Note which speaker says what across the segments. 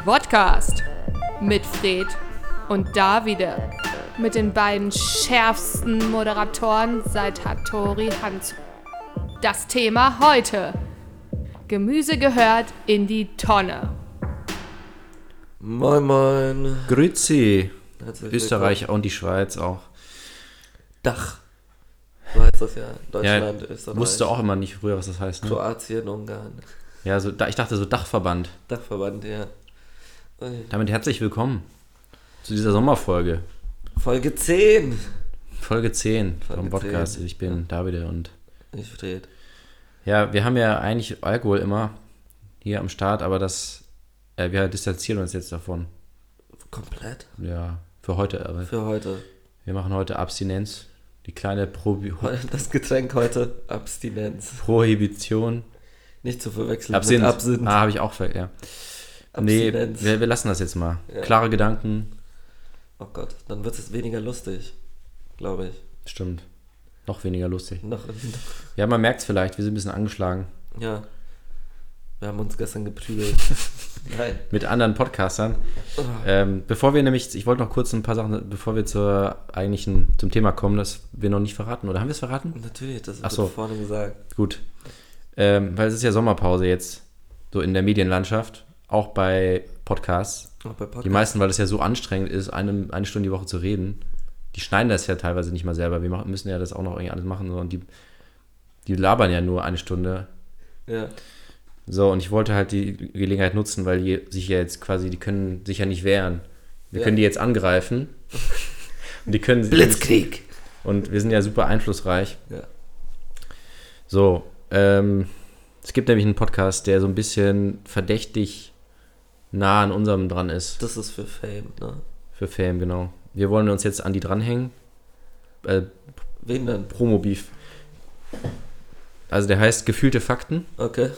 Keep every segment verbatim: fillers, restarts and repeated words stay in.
Speaker 1: Podcast mit Fred und Davide. Mit den beiden schärfsten Moderatoren seit Hattori Hanzo. Das Thema heute: Gemüse gehört in die Tonne.
Speaker 2: Moin moin.
Speaker 3: Grüezi.
Speaker 2: Herzlich
Speaker 3: Österreich
Speaker 2: willkommen.
Speaker 3: und die Schweiz auch.
Speaker 2: Dach. So heißt das ja. Deutschland,
Speaker 3: Ja,
Speaker 2: Österreich.
Speaker 3: wusste auch immer nicht früher, was das heißt. Ne?
Speaker 2: Kroatien, Ungarn.
Speaker 3: Ja, so, da- ich dachte so Dachverband.
Speaker 2: Dachverband, ja. Ui.
Speaker 3: Damit herzlich willkommen zu dieser Sommerfolge.
Speaker 2: Folge zehn.
Speaker 3: Folge zehn
Speaker 2: Folge
Speaker 3: vom Podcast.
Speaker 2: zehn.
Speaker 3: Ich bin Davide und
Speaker 2: Ich Fred.
Speaker 3: ja, wir haben ja eigentlich Alkohol immer hier am Start, aber das, äh, wir distanzieren uns jetzt davon.
Speaker 2: Komplett.
Speaker 3: Ja, für heute. Aber
Speaker 2: Für heute.
Speaker 3: wir machen heute Abstinenz. Die kleine Probi-
Speaker 2: Das Getränk heute, Abstinenz.
Speaker 3: Prohibition.
Speaker 2: Nicht zu verwechseln
Speaker 3: Absinth.
Speaker 2: mit Absinth.
Speaker 3: Ah, habe ich auch ver- ja. Nee,
Speaker 2: Abstinenz.
Speaker 3: wir, wir lassen das jetzt mal.
Speaker 2: Ja.
Speaker 3: Klare Gedanken.
Speaker 2: Oh Gott, dann wird es weniger lustig. Glaube ich.
Speaker 3: Stimmt. Noch weniger lustig.
Speaker 2: Noch,
Speaker 3: Ja, man merkt es vielleicht, wir sind ein bisschen angeschlagen.
Speaker 2: ja. Wir haben uns gestern geprügelt. Nein.
Speaker 3: Mit anderen Podcastern.
Speaker 2: Oh.
Speaker 3: Ähm, bevor wir nämlich, ich wollte noch kurz ein paar Sachen, bevor wir zur eigentlichen, zum Thema kommen, das wir noch nicht verraten. Oder haben wir es verraten?
Speaker 2: Natürlich, das
Speaker 3: Ach
Speaker 2: wird
Speaker 3: so.
Speaker 2: vorne gesagt.
Speaker 3: Gut. Ähm, weil es ist ja Sommerpause jetzt, so in der Medienlandschaft, auch bei Podcasts.
Speaker 2: Auch bei Podcast.
Speaker 3: Die meisten, weil es ja so anstrengend ist, eine, eine Stunde die Woche zu reden, die schneiden das ja teilweise nicht mal selber. Wir machen, müssen ja das auch noch irgendwie alles machen. So, und die, die labern ja nur eine Stunde.
Speaker 2: Ja.
Speaker 3: So, und ich wollte halt die Gelegenheit nutzen, weil die sich ja jetzt quasi, die können sich ja nicht wehren. Wir
Speaker 2: Ja.
Speaker 3: können die jetzt angreifen. Und die können
Speaker 2: Blitzkrieg.
Speaker 3: Und wir sind ja super einflussreich.
Speaker 2: Ja.
Speaker 3: So, ähm, es gibt nämlich einen Podcast, der so ein bisschen verdächtig nah an unserem dran ist.
Speaker 2: Das ist für Fame, ne?
Speaker 3: Für Fame, genau. Wir wollen uns jetzt an die dranhängen. Äh,
Speaker 2: Wen denn?
Speaker 3: Promo-Beef. Also der heißt Gefühlte Fakten.
Speaker 2: Okay.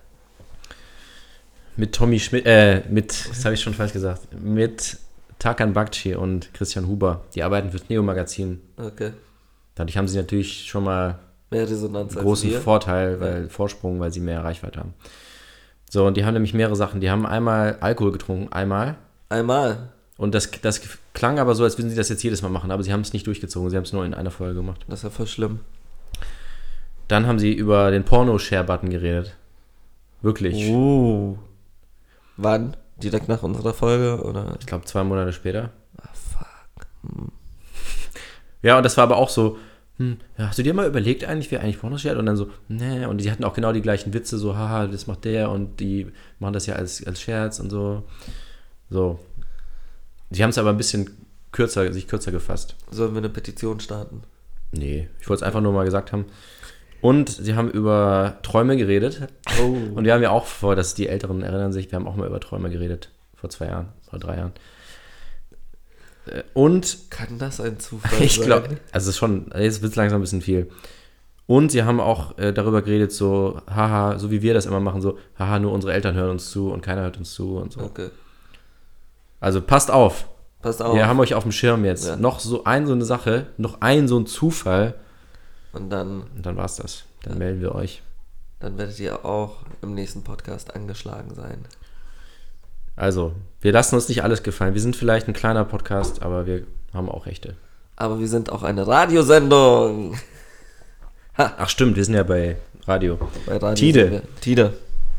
Speaker 3: Mit Tommy Schmidt, äh, mit, das habe ich schon falsch gesagt, mit Tarkan Bakci und Christian Huber. Die arbeiten fürs Neo-Magazin.
Speaker 2: Okay.
Speaker 3: Dadurch haben sie natürlich schon mal
Speaker 2: Mehr Resonanz
Speaker 3: einen
Speaker 2: als
Speaker 3: großen
Speaker 2: wir.
Speaker 3: Vorteil, weil Vorsprung, weil sie mehr Reichweite haben. So, und die haben nämlich mehrere Sachen. Die haben einmal Alkohol getrunken, einmal.
Speaker 2: Einmal.
Speaker 3: Und das, das klang aber so, als würden sie das jetzt jedes Mal machen, aber sie haben es nicht durchgezogen. Sie haben es nur in einer Folge gemacht.
Speaker 2: Das ist ja voll schlimm.
Speaker 3: Dann haben sie über den Porno-Share-Button geredet. Wirklich.
Speaker 2: Uh. Wann? Direkt nach unserer Folge, oder?
Speaker 3: Ich glaube, zwei Monate später.
Speaker 2: Ah, fuck. Hm.
Speaker 3: Ja, und das war aber auch so, hm, ja, hast du dir mal überlegt eigentlich, wer eigentlich Pornos shared? Und dann so, nee, und die hatten auch genau die gleichen Witze, so, haha, das macht der und die machen das ja als, als Scherz und so. So. Die haben es aber ein bisschen kürzer, sich kürzer gefasst.
Speaker 2: Sollen wir eine Petition starten?
Speaker 3: Nee, ich wollte es einfach nur mal gesagt haben. Und sie haben über Träume geredet.
Speaker 2: Oh.
Speaker 3: Und wir haben ja auch vor, dass die Älteren erinnern sich, wir haben auch mal über Träume geredet. Vor zwei Jahren oder drei Jahren. Äh, Und
Speaker 2: Kann das ein Zufall
Speaker 3: ich
Speaker 2: sein?
Speaker 3: glaube, also es ist schon, jetzt wird es langsam ein bisschen viel. Und sie haben auch äh, darüber geredet, so, haha, so wie wir das immer machen, so, haha, nur unsere Eltern hören uns zu und keiner hört uns zu und so.
Speaker 2: Okay.
Speaker 3: Also passt auf,
Speaker 2: Passt auf.
Speaker 3: wir haben euch auf dem Schirm jetzt.
Speaker 2: Ja.
Speaker 3: Noch so ein, so eine Sache, noch ein, so ein Zufall
Speaker 2: Und dann,
Speaker 3: und dann war's das. Dann
Speaker 2: Ja.
Speaker 3: melden wir euch.
Speaker 2: dann werdet ihr auch im nächsten Podcast angeschlagen sein.
Speaker 3: Also, wir lassen uns nicht alles gefallen. Wir sind vielleicht ein kleiner Podcast, aber wir haben auch Rechte.
Speaker 2: Aber wir sind auch eine Radiosendung.
Speaker 3: Ach stimmt, wir sind ja bei Radio.
Speaker 2: Bei Radio
Speaker 3: Tide.
Speaker 2: sind wir. Tide.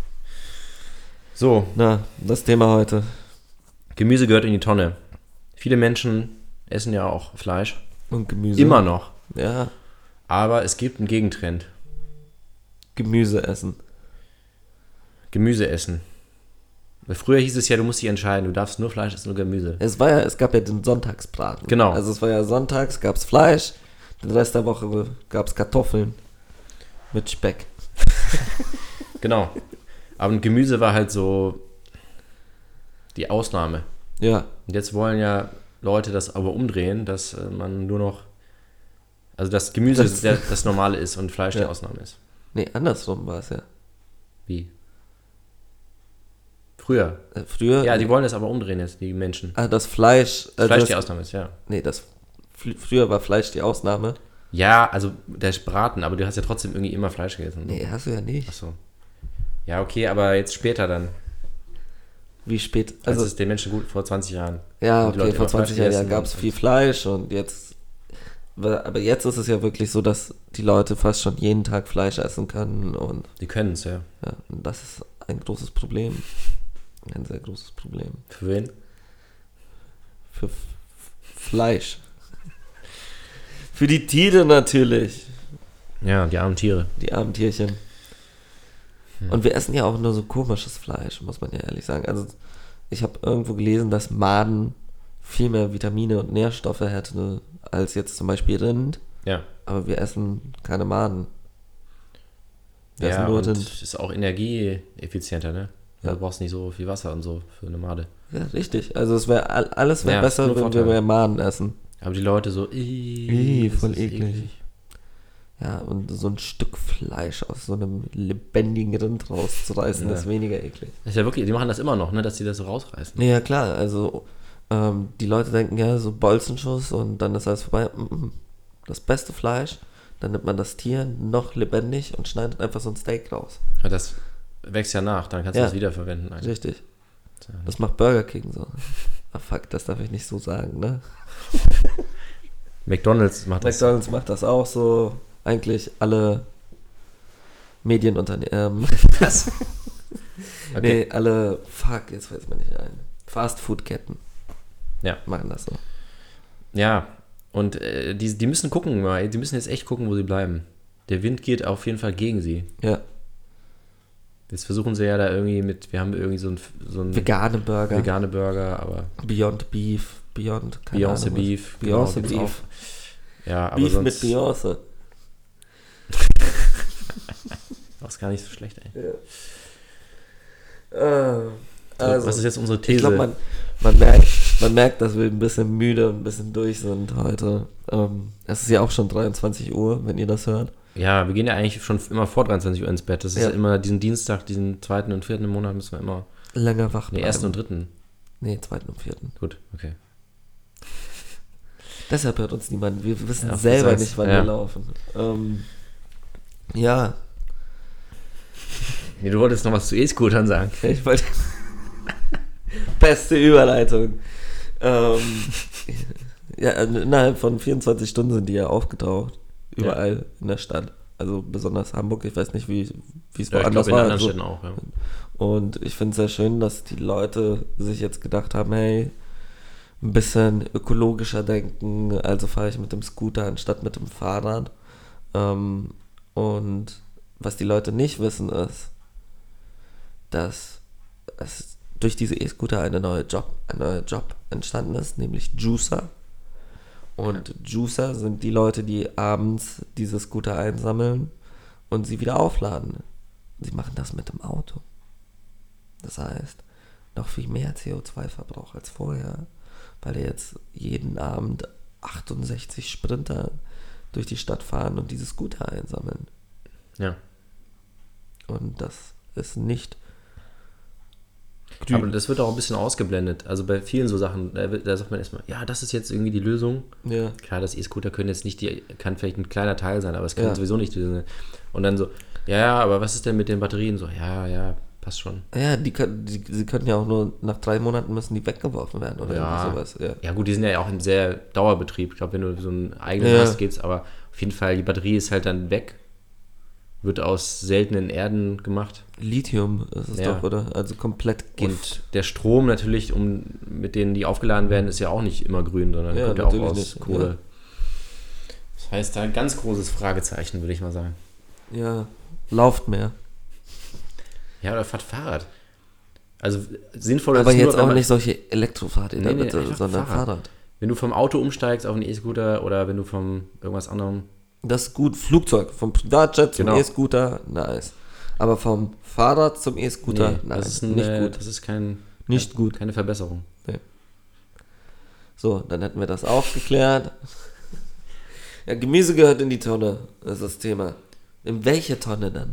Speaker 3: So,
Speaker 2: Na, das Thema heute.
Speaker 3: Gemüse gehört in die Tonne. Viele Menschen essen ja auch Fleisch.
Speaker 2: Und Gemüse.
Speaker 3: Immer noch.
Speaker 2: Ja,
Speaker 3: Aber es gibt einen Gegentrend.
Speaker 2: Gemüse essen.
Speaker 3: Gemüse essen. Weil früher hieß es ja, du musst dich entscheiden, du darfst nur Fleisch essen, nur Gemüse.
Speaker 2: Es war ja, es gab ja den Sonntagsbraten.
Speaker 3: Genau.
Speaker 2: Also es war ja sonntags, gab's Fleisch, den Rest der Woche gab's Kartoffeln mit Speck.
Speaker 3: Genau. Aber ein Gemüse war halt so die Ausnahme.
Speaker 2: Ja,
Speaker 3: Und jetzt wollen ja Leute das aber umdrehen, dass äh, man nur noch, also dass Gemüse
Speaker 2: Das-
Speaker 3: der, das Normale ist und Fleisch die
Speaker 2: Ja.
Speaker 3: Ausnahme ist.
Speaker 2: nee, andersrum war es ja.
Speaker 3: Wie? Früher.
Speaker 2: Äh, früher,
Speaker 3: Ja, die wollen das aber umdrehen jetzt, die Menschen.
Speaker 2: ah, das Fleisch, äh,
Speaker 3: Fleisch
Speaker 2: das,
Speaker 3: die Ausnahme ist, ja.
Speaker 2: nee, das fl- früher war Fleisch die Ausnahme.
Speaker 3: Ja, also der Braten, aber du hast ja trotzdem irgendwie immer Fleisch gegessen.
Speaker 2: Nee, hast du ja nicht.
Speaker 3: Achso. Ja, okay, aber jetzt später dann.
Speaker 2: wie spät.
Speaker 3: Also
Speaker 2: Also
Speaker 3: es den Menschen gut vor zwanzig Jahren.
Speaker 2: ja,
Speaker 3: die
Speaker 2: okay,
Speaker 3: Leute
Speaker 2: vor
Speaker 3: immer Fleisch
Speaker 2: zwanzig Jahren
Speaker 3: gegessen
Speaker 2: gab es
Speaker 3: und-
Speaker 2: viel Fleisch und jetzt, aber jetzt ist es ja wirklich so, dass die Leute fast schon jeden Tag Fleisch essen können und,
Speaker 3: Die können es, ja.
Speaker 2: ja, und das ist ein großes Problem. Ein sehr großes Problem.
Speaker 3: Für wen?
Speaker 2: Für F Fleisch. Für die Tiere natürlich.
Speaker 3: Ja, die armen Tiere.
Speaker 2: Die armen Tierchen.
Speaker 3: Hm.
Speaker 2: Und wir essen ja auch nur so komisches Fleisch, muss man ja ehrlich sagen. Also ich habe irgendwo gelesen, dass Maden viel mehr Vitamine und Nährstoffe hätte als jetzt zum Beispiel Rind.
Speaker 3: Ja.
Speaker 2: Aber wir essen keine Maden. Wir
Speaker 3: Ja,
Speaker 2: essen nur
Speaker 3: und
Speaker 2: Rind.
Speaker 3: ist auch energieeffizienter, ne?
Speaker 2: Ja.
Speaker 3: Du brauchst nicht so viel Wasser und so für eine Made.
Speaker 2: Ja, richtig. Also es wäre alles wäre
Speaker 3: Ja,
Speaker 2: besser,
Speaker 3: nur
Speaker 2: wenn
Speaker 3: Vorteile.
Speaker 2: wir mehr Maden essen.
Speaker 3: Aber die Leute so,
Speaker 2: Ih,
Speaker 3: "Ih, das
Speaker 2: voll
Speaker 3: ist
Speaker 2: eklig." Ja, und so ein Stück Fleisch aus so einem lebendigen Rind rauszureißen,
Speaker 3: Ja.
Speaker 2: ist weniger eklig.
Speaker 3: Das ist ja wirklich, die machen das immer noch, ne, dass die das so rausreißen.
Speaker 2: Nee, ja klar, also ähm, die Leute denken ja so Bolzenschuss und dann ist alles vorbei. Mm-mm. Das beste Fleisch, dann nimmt man das Tier noch lebendig und schneidet einfach so ein Steak raus.
Speaker 3: Ja, das wächst ja nach, dann kannst du
Speaker 2: Ja.
Speaker 3: das wiederverwenden. eigentlich.
Speaker 2: Richtig.
Speaker 3: Tja,
Speaker 2: Das macht Burger King so. Ah fuck, das darf ich nicht so sagen, ne?
Speaker 3: McDonald's macht das.
Speaker 2: McDonald's macht das auch so. Eigentlich alle Medienunternehmen. Ähm,
Speaker 3: Was? Okay.
Speaker 2: Nee, alle, fuck, jetzt fällt es mir nicht ein. Fast-Food-Ketten
Speaker 3: Ja.
Speaker 2: machen das so.
Speaker 3: Ja, und äh, die, die müssen gucken, mal, die müssen jetzt echt gucken, wo sie bleiben. Der Wind geht auf jeden Fall gegen sie.
Speaker 2: Ja,
Speaker 3: Jetzt versuchen sie ja da irgendwie mit, wir haben irgendwie so ein, so ein
Speaker 2: vegane Burger,
Speaker 3: vegane Burger, aber
Speaker 2: Beyond Beef, Beyond, keine
Speaker 3: Beyoncé
Speaker 2: Ahnung was.
Speaker 3: Beef.
Speaker 2: Beyoncé
Speaker 3: gibt's
Speaker 2: Beef.
Speaker 3: auch. Ja, aber
Speaker 2: Beef
Speaker 3: sonst
Speaker 2: mit Beyoncé.
Speaker 3: war es gar nicht so schlecht, ey.
Speaker 2: Ja. Äh, also,
Speaker 3: was ist jetzt unsere These?
Speaker 2: ich glaube, man, man, merkt, man merkt, dass wir ein bisschen müde und ein bisschen durch sind heute. Ähm, es ist ja auch schon dreiundzwanzig Uhr, wenn ihr das hört.
Speaker 3: Ja, wir gehen ja eigentlich schon immer vor dreiundzwanzig Uhr ins Bett. Das ist
Speaker 2: Ja.
Speaker 3: ja immer diesen Dienstag, diesen zweiten und vierten im Monat müssen wir immer.
Speaker 2: Länger wach
Speaker 3: Nee,
Speaker 2: bleiben.
Speaker 3: ersten und dritten.
Speaker 2: Nee, zweiten und vierten.
Speaker 3: Gut, okay.
Speaker 2: Deshalb hört uns niemand. Wir wissen
Speaker 3: Ja,
Speaker 2: selber
Speaker 3: das heißt,
Speaker 2: nicht, wann
Speaker 3: ja.
Speaker 2: wir laufen. Ähm, ja,
Speaker 3: Nee, du wolltest noch was zu E-Scootern sagen.
Speaker 2: ich wollte. Beste Überleitung. Ähm, ja, innerhalb von vierundzwanzig Stunden sind die ja aufgetaucht. Überall in der Stadt. Also besonders Hamburg. Ich weiß nicht, wie wie es
Speaker 3: Ja, ich
Speaker 2: woanders
Speaker 3: glaube, in
Speaker 2: war.
Speaker 3: anderen
Speaker 2: Also,
Speaker 3: Städten auch, ja.
Speaker 2: und ich finde es sehr schön, dass die Leute sich jetzt gedacht haben, hey, ein bisschen ökologischer denken, also fahre ich mit dem Scooter anstatt mit dem Fahrrad. Ähm, und was die Leute nicht wissen ist, dass es durch diese E-Scooter eine neue Job, ein neuer Job entstanden ist, nämlich Juicer. Und Juicer sind die Leute, die abends diese Scooter einsammeln und sie wieder aufladen. Sie machen das mit dem Auto. Das heißt, noch viel mehr C O zwei Verbrauch als vorher, weil jetzt jeden Abend achtundsechzig Sprinter durch die Stadt fahren und diese Scooter einsammeln.
Speaker 3: Ja.
Speaker 2: Und das ist nicht
Speaker 3: Aber das wird auch ein bisschen ausgeblendet. Also bei vielen so Sachen, da, wird- da sagt man erstmal, ja, das ist jetzt irgendwie die Lösung.
Speaker 2: Ja,
Speaker 3: Klar, das E-Scooter können jetzt nicht, die kann vielleicht ein kleiner Teil sein, aber es kann
Speaker 2: Ja.
Speaker 3: sowieso nicht die Lösung sein. Und dann so, ja, ja, aber was ist denn mit den Batterien? So, ja, ja, passt schon.
Speaker 2: ja die, können- die, sie können ja auch nur nach drei Monaten müssen die weggeworfen werden oder
Speaker 3: Ja.
Speaker 2: irgendwie sowas. Ja.
Speaker 3: Ja gut, die sind ja auch im sehr Dauerbetrieb. Ich glaube, wenn du so einen eigenen
Speaker 2: Ja.
Speaker 3: hast, geht's, aber auf jeden Fall, die Batterie ist halt dann weg. Wird aus seltenen Erden gemacht.
Speaker 2: Lithium ist es
Speaker 3: Ja.
Speaker 2: doch, oder? Also komplett Gift.
Speaker 3: Und der Strom natürlich, um mit denen die aufgeladen werden, ist ja auch nicht immer grün, sondern
Speaker 2: Ja,
Speaker 3: kommt ja auch
Speaker 2: natürlich
Speaker 3: aus
Speaker 2: nicht,
Speaker 3: Kohle.
Speaker 2: ja.
Speaker 3: Das heißt, da ein ganz großes Fragezeichen, würde ich mal sagen.
Speaker 2: Ja, lauft mehr.
Speaker 3: Ja, oder fahrt Fahrrad. Also sinnvoll
Speaker 2: Aber
Speaker 3: ist
Speaker 2: jetzt
Speaker 3: nur, wenn
Speaker 2: auch
Speaker 3: man-
Speaker 2: nicht solche Elektrofahrräder,
Speaker 3: Nee, nee,
Speaker 2: bitte,
Speaker 3: einfach
Speaker 2: sondern
Speaker 3: Fahrrad.
Speaker 2: Fahrrad.
Speaker 3: Wenn du vom Auto umsteigst auf einen E-Scooter oder wenn du vom irgendwas anderem.
Speaker 2: Das ist gut. Flugzeug. Vom Privatjet zum
Speaker 3: Genau.
Speaker 2: E-Scooter, nice. Aber vom Fahrrad zum E-Scooter,
Speaker 3: Nee,
Speaker 2: nein,
Speaker 3: das ist ein,
Speaker 2: nicht
Speaker 3: äh,
Speaker 2: gut.
Speaker 3: Das ist kein,
Speaker 2: Nicht
Speaker 3: kein,
Speaker 2: gut.
Speaker 3: keine Verbesserung.
Speaker 2: So, dann hätten wir das auch geklärt. Ja, Gemüse gehört in die Tonne, ist das Thema. In welche Tonne dann?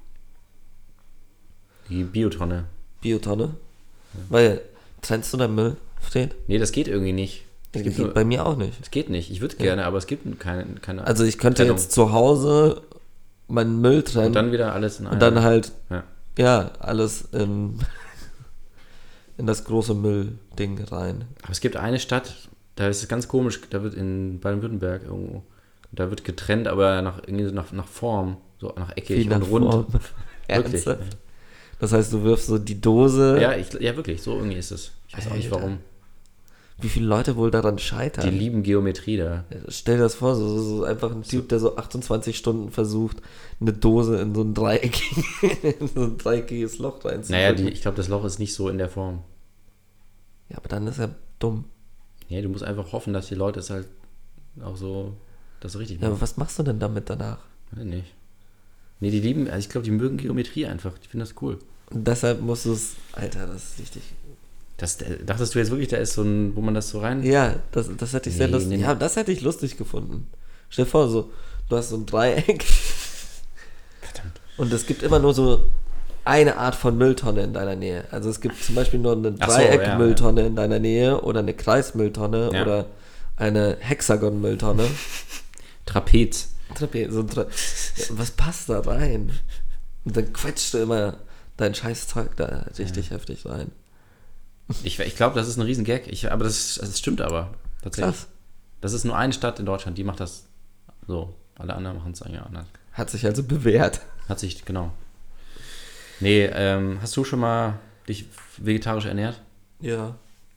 Speaker 3: Die Biotonne.
Speaker 2: Biotonne? Weil, trennst du deinen Müll, Fred?
Speaker 3: Nee, das geht irgendwie nicht.
Speaker 2: Das
Speaker 3: Es gibt
Speaker 2: geht
Speaker 3: nur,
Speaker 2: bei mir auch nicht.
Speaker 3: es geht nicht. Ich würde gerne, aber es gibt keine. keine
Speaker 2: Also ich könnte
Speaker 3: Trennung.
Speaker 2: jetzt zu Hause meinen Müll trennen
Speaker 3: Und dann wieder alles in
Speaker 2: und dann halt,
Speaker 3: Ja.
Speaker 2: ja, alles in, in das große Müllding rein.
Speaker 3: Aber es gibt eine Stadt, da ist es ganz komisch, da wird in Baden-Württemberg irgendwo, da wird getrennt, aber nach, irgendwie so nach, nach Form, so nach eckig
Speaker 2: Wie
Speaker 3: und
Speaker 2: nach
Speaker 3: rund.
Speaker 2: Form.
Speaker 3: Wirklich.
Speaker 2: Ernsthaft? Das heißt, du wirfst so die Dose.
Speaker 3: Ja, ich, ja, wirklich, so irgendwie ist es. Ich weiß auch nicht
Speaker 2: Alter.
Speaker 3: warum.
Speaker 2: Wie viele Leute wohl daran scheitern?
Speaker 3: Die lieben Geometrie da.
Speaker 2: Stell dir das vor, so, so einfach ein Typ, der so achtundzwanzig Stunden versucht, eine Dose in so ein dreieckiges, in so ein dreieckiges Loch reinzudrücken.
Speaker 3: Naja, die, ich glaube, das Loch ist nicht so in der Form.
Speaker 2: Ja, aber dann ist er dumm.
Speaker 3: Nee, du musst einfach hoffen, dass die Leute es halt auch so, das so richtig
Speaker 2: Ja, aber
Speaker 3: machen.
Speaker 2: was machst du denn damit danach?
Speaker 3: Weiß nicht. Nee, die lieben, also ich glaube, die mögen Geometrie einfach. Die finden das cool.
Speaker 2: Und deshalb musst du es, Alter, das ist richtig.
Speaker 3: Das, äh, dachtest du jetzt wirklich, da ist so ein, wo man das so rein...
Speaker 2: Ja, das, das hätte ich sehr
Speaker 3: Nee,
Speaker 2: lustig.
Speaker 3: nee, nee.
Speaker 2: Ja, das hätte ich lustig gefunden. Stell dir vor, so, du hast so ein Dreieck
Speaker 3: Verdammt.
Speaker 2: und es gibt immer nur so eine Art von Mülltonne in deiner Nähe. Also es gibt zum Beispiel nur eine
Speaker 3: Ach so,
Speaker 2: Dreieck-Mülltonne in deiner Nähe oder eine Kreismülltonne
Speaker 3: Ja.
Speaker 2: oder eine Hexagon-Mülltonne.
Speaker 3: Trapez.
Speaker 2: Trape- so ein Tra- Was passt da rein? Und dann quetscht du immer dein scheiß Zeug da richtig heftig rein.
Speaker 3: Ich, ich glaube, das ist ein Riesengag. Ich, aber das, das stimmt aber. Tatsächlich.
Speaker 2: Krass.
Speaker 3: Das ist nur eine Stadt in Deutschland, die macht das so. Alle anderen machen es eigentlich anders.
Speaker 2: Hat sich also bewährt.
Speaker 3: Hat sich, genau. Nee, ähm, hast du schon mal dich vegetarisch ernährt?
Speaker 2: Ja.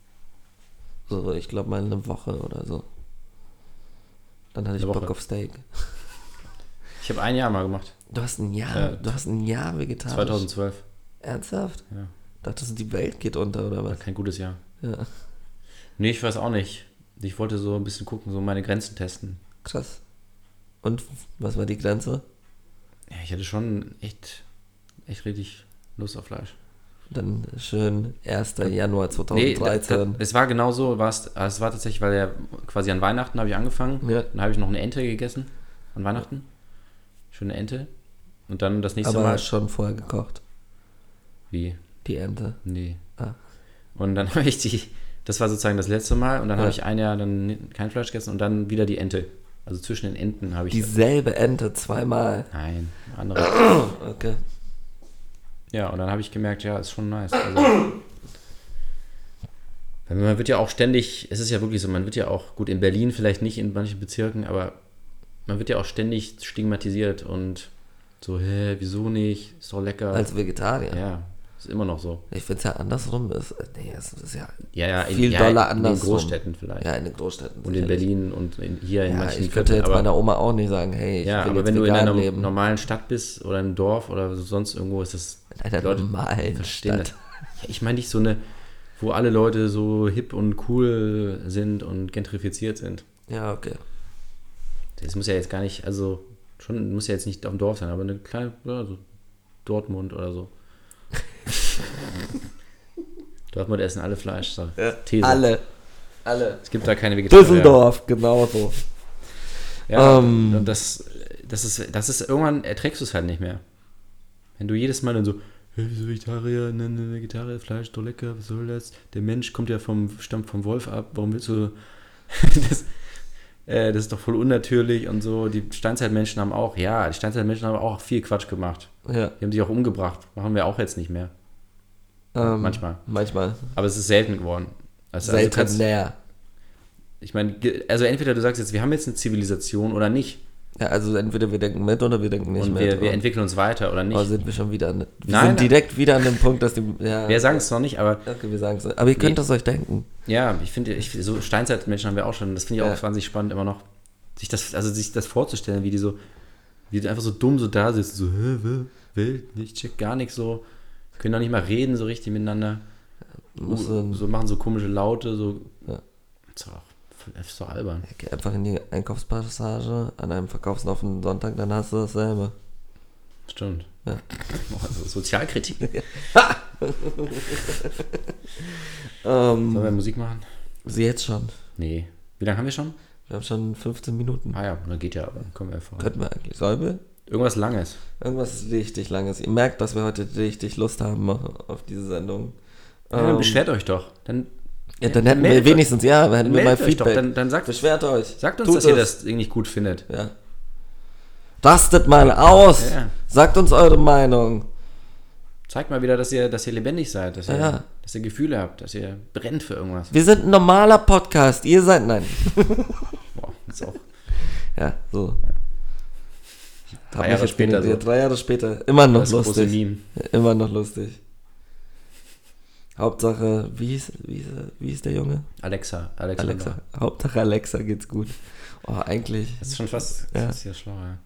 Speaker 2: So, ich glaube mal eine Woche oder so. Dann hatte ich
Speaker 3: Eine
Speaker 2: Bock
Speaker 3: Woche.
Speaker 2: auf Steak.
Speaker 3: Ich habe ein Jahr mal gemacht.
Speaker 2: Du hast ein Jahr,
Speaker 3: Ja.
Speaker 2: du hast ein Jahr vegetarisch.
Speaker 3: zweitausendzwölf.
Speaker 2: Ernsthaft?
Speaker 3: Ja.
Speaker 2: Dachtest du, die Welt geht unter oder
Speaker 3: War
Speaker 2: was?
Speaker 3: kein gutes Jahr.
Speaker 2: Ja,
Speaker 3: Nee, ich weiß auch nicht. Ich wollte so ein bisschen gucken, so meine Grenzen testen.
Speaker 2: krass. Und was war die Grenze?
Speaker 3: Ja, ich hatte schon echt, echt richtig Lust auf Fleisch.
Speaker 2: Dann schön erster Januar
Speaker 3: Nee, da,
Speaker 2: zweitausenddreizehn.
Speaker 3: da, es war genau so, war's, es war tatsächlich, weil ja quasi an Weihnachten habe ich angefangen.
Speaker 2: Ja.
Speaker 3: Dann habe ich noch eine Ente gegessen an Weihnachten. Schöne Ente. Und dann das nächste
Speaker 2: Aber
Speaker 3: Mal.
Speaker 2: schon vorher gekocht,
Speaker 3: Wie?
Speaker 2: die Ente.
Speaker 3: Nee.
Speaker 2: Ah.
Speaker 3: Und dann habe ich die, das war sozusagen das letzte Mal und dann
Speaker 2: Ja.
Speaker 3: habe ich ein Jahr dann kein Fleisch gegessen und dann wieder die Ente. Also zwischen den Enten habe ich.
Speaker 2: Dieselbe Ente zweimal.
Speaker 3: Nein, andere.
Speaker 2: Okay.
Speaker 3: Ja, und dann habe ich gemerkt, ja, ist schon nice. Also, weil man wird ja auch ständig, es ist ja wirklich so, man wird ja auch, gut, in Berlin vielleicht nicht in manchen Bezirken, aber man wird ja auch ständig stigmatisiert und so, hä, wieso nicht? Ist doch lecker.
Speaker 2: Als Vegetarier.
Speaker 3: ja, ist immer noch so.
Speaker 2: Ich finde es ja andersrum. Ist, nee, es ist ja
Speaker 3: Ja, ja, in,
Speaker 2: viel
Speaker 3: ja,
Speaker 2: doller
Speaker 3: in den
Speaker 2: andersrum.
Speaker 3: Großstädten vielleicht.
Speaker 2: Ja, in den Großstädten.
Speaker 3: und in
Speaker 2: sicherlich.
Speaker 3: Berlin und in, hier in
Speaker 2: Ja,
Speaker 3: manchen
Speaker 2: ich könnte
Speaker 3: Vierteln,
Speaker 2: jetzt
Speaker 3: aber,
Speaker 2: meiner Oma auch nicht sagen, hey, ich
Speaker 3: ja,
Speaker 2: will
Speaker 3: aber
Speaker 2: jetzt
Speaker 3: wenn du in
Speaker 2: vegan
Speaker 3: einer
Speaker 2: leben.
Speaker 3: normalen Stadt bist oder im Dorf oder sonst irgendwo ist das,
Speaker 2: In einer
Speaker 3: die Leute
Speaker 2: normalen
Speaker 3: verstehen
Speaker 2: Stadt.
Speaker 3: das. Ja, ich meine nicht so eine, wo alle Leute so hip und cool sind und gentrifiziert sind.
Speaker 2: Ja, okay.
Speaker 3: Das muss ja jetzt gar nicht, also schon, muss ja jetzt nicht auf dem Dorf sein, aber eine kleine, ja, so Dortmund oder so. Dortmund essen alle Fleisch. So.
Speaker 2: Ja,
Speaker 3: These.
Speaker 2: alle. Alle.
Speaker 3: Es gibt da keine Vegetarier.
Speaker 2: Düsseldorf, genauso.
Speaker 3: Ja,
Speaker 2: Ähm.
Speaker 3: und das, das ist, das ist, irgendwann erträgst du es halt nicht mehr. Wenn du jedes Mal dann so, hey, wieso Vegetarier, ne, ne, Vegetarier, Fleisch, doch lecker, was soll das? Der Mensch kommt ja vom, stammt vom Wolf ab, warum willst du, das, äh, das ist doch voll unnatürlich und so. Die Steinzeitmenschen haben auch, ja, die Steinzeitmenschen haben auch viel Quatsch gemacht.
Speaker 2: Ja.
Speaker 3: Die haben sich auch umgebracht, machen wir auch jetzt nicht mehr.
Speaker 2: Ähm,
Speaker 3: Manchmal.
Speaker 2: Manchmal.
Speaker 3: Aber es ist selten geworden. Also, also
Speaker 2: Selten
Speaker 3: du kannst,
Speaker 2: näher.
Speaker 3: ich meine, ge- also entweder du sagst jetzt, wir haben jetzt eine Zivilisation oder nicht.
Speaker 2: Ja, also entweder wir denken mit oder wir denken nicht
Speaker 3: Und
Speaker 2: mit.
Speaker 3: wir, wir
Speaker 2: Und-
Speaker 3: entwickeln uns weiter oder nicht.
Speaker 2: Aber sind wir schon wieder an, wir
Speaker 3: Nein,
Speaker 2: sind
Speaker 3: nein.
Speaker 2: direkt wieder an dem Punkt, dass die, ja,
Speaker 3: Wir sagen es noch nicht, aber
Speaker 2: okay, wir sagen es. Aber ihr könnt
Speaker 3: Nee.
Speaker 2: es euch denken.
Speaker 3: ja, ich finde, ich, so Steinzeitmenschen haben wir auch schon. Das finde ich auch
Speaker 2: Ja.
Speaker 3: wahnsinnig spannend immer noch. Sich das, also sich das vorzustellen, wie die so, wie die einfach so dumm so da sitzen, so, hä, hä, Welt, ich check gar nichts so, können doch nicht mal reden so richtig miteinander.
Speaker 2: Musst
Speaker 3: Uh,
Speaker 2: du-
Speaker 3: so machen so komische Laute, so.
Speaker 2: Ja.
Speaker 3: Ist doch, ist doch albern.
Speaker 2: Geh einfach in die Einkaufspassage an einem verkaufsoffenen Sonntag, dann hast du dasselbe.
Speaker 3: Stimmt.
Speaker 2: Ja.
Speaker 3: Also Sozialkritik.
Speaker 2: Ähm,
Speaker 3: Sollen wir Musik machen?
Speaker 2: sie jetzt schon.
Speaker 3: Nee. Wie lange haben wir schon?
Speaker 2: Wir haben schon fünfzehn Minuten.
Speaker 3: Ah ja, dann geht ja, aber kommen wir voran.
Speaker 2: Könnten wir eigentlich. Sollen wir?
Speaker 3: Irgendwas Langes.
Speaker 2: Irgendwas richtig Langes. Ihr merkt, dass wir heute richtig Lust haben auf diese Sendung.
Speaker 3: Ja, dann
Speaker 2: Ähm,
Speaker 3: beschwert euch doch. Dann,
Speaker 2: ja, dann hätten wir
Speaker 3: meldet
Speaker 2: wenigstens, ja, dann
Speaker 3: euch,
Speaker 2: hätten
Speaker 3: dann
Speaker 2: wir mal
Speaker 3: meldet euch doch.
Speaker 2: Feedback.
Speaker 3: Dann, dann sagt,
Speaker 2: Beschwert euch.
Speaker 3: sagt uns,
Speaker 2: Tut
Speaker 3: dass ihr
Speaker 2: es.
Speaker 3: das irgendwie gut findet.
Speaker 2: Ja. Rastet mal aus.
Speaker 3: Ja.
Speaker 2: Sagt uns eure Meinung.
Speaker 3: Zeigt mal wieder, dass ihr, dass ihr lebendig seid. Dass ihr,
Speaker 2: Ja.
Speaker 3: dass ihr Gefühle habt, dass ihr brennt für irgendwas.
Speaker 2: Wir sind ein normaler Podcast, ihr seid, nein.
Speaker 3: Boah, ist auch
Speaker 2: Ja, so.
Speaker 3: Ja.
Speaker 2: Drei
Speaker 3: Drei Jahre später so.
Speaker 2: Drei Jahre später, immer noch
Speaker 3: das große
Speaker 2: lustig.
Speaker 3: Meme.
Speaker 2: Immer noch lustig. Hauptsache, wie hieß, wie hieß, wie hieß der Junge?
Speaker 3: Alexa. Alexa.
Speaker 2: Alexa. Hauptsache Alexa geht's gut. Oh, eigentlich.
Speaker 3: Das ist schon fast,
Speaker 2: Ja.
Speaker 3: das ist ja schlau, ja.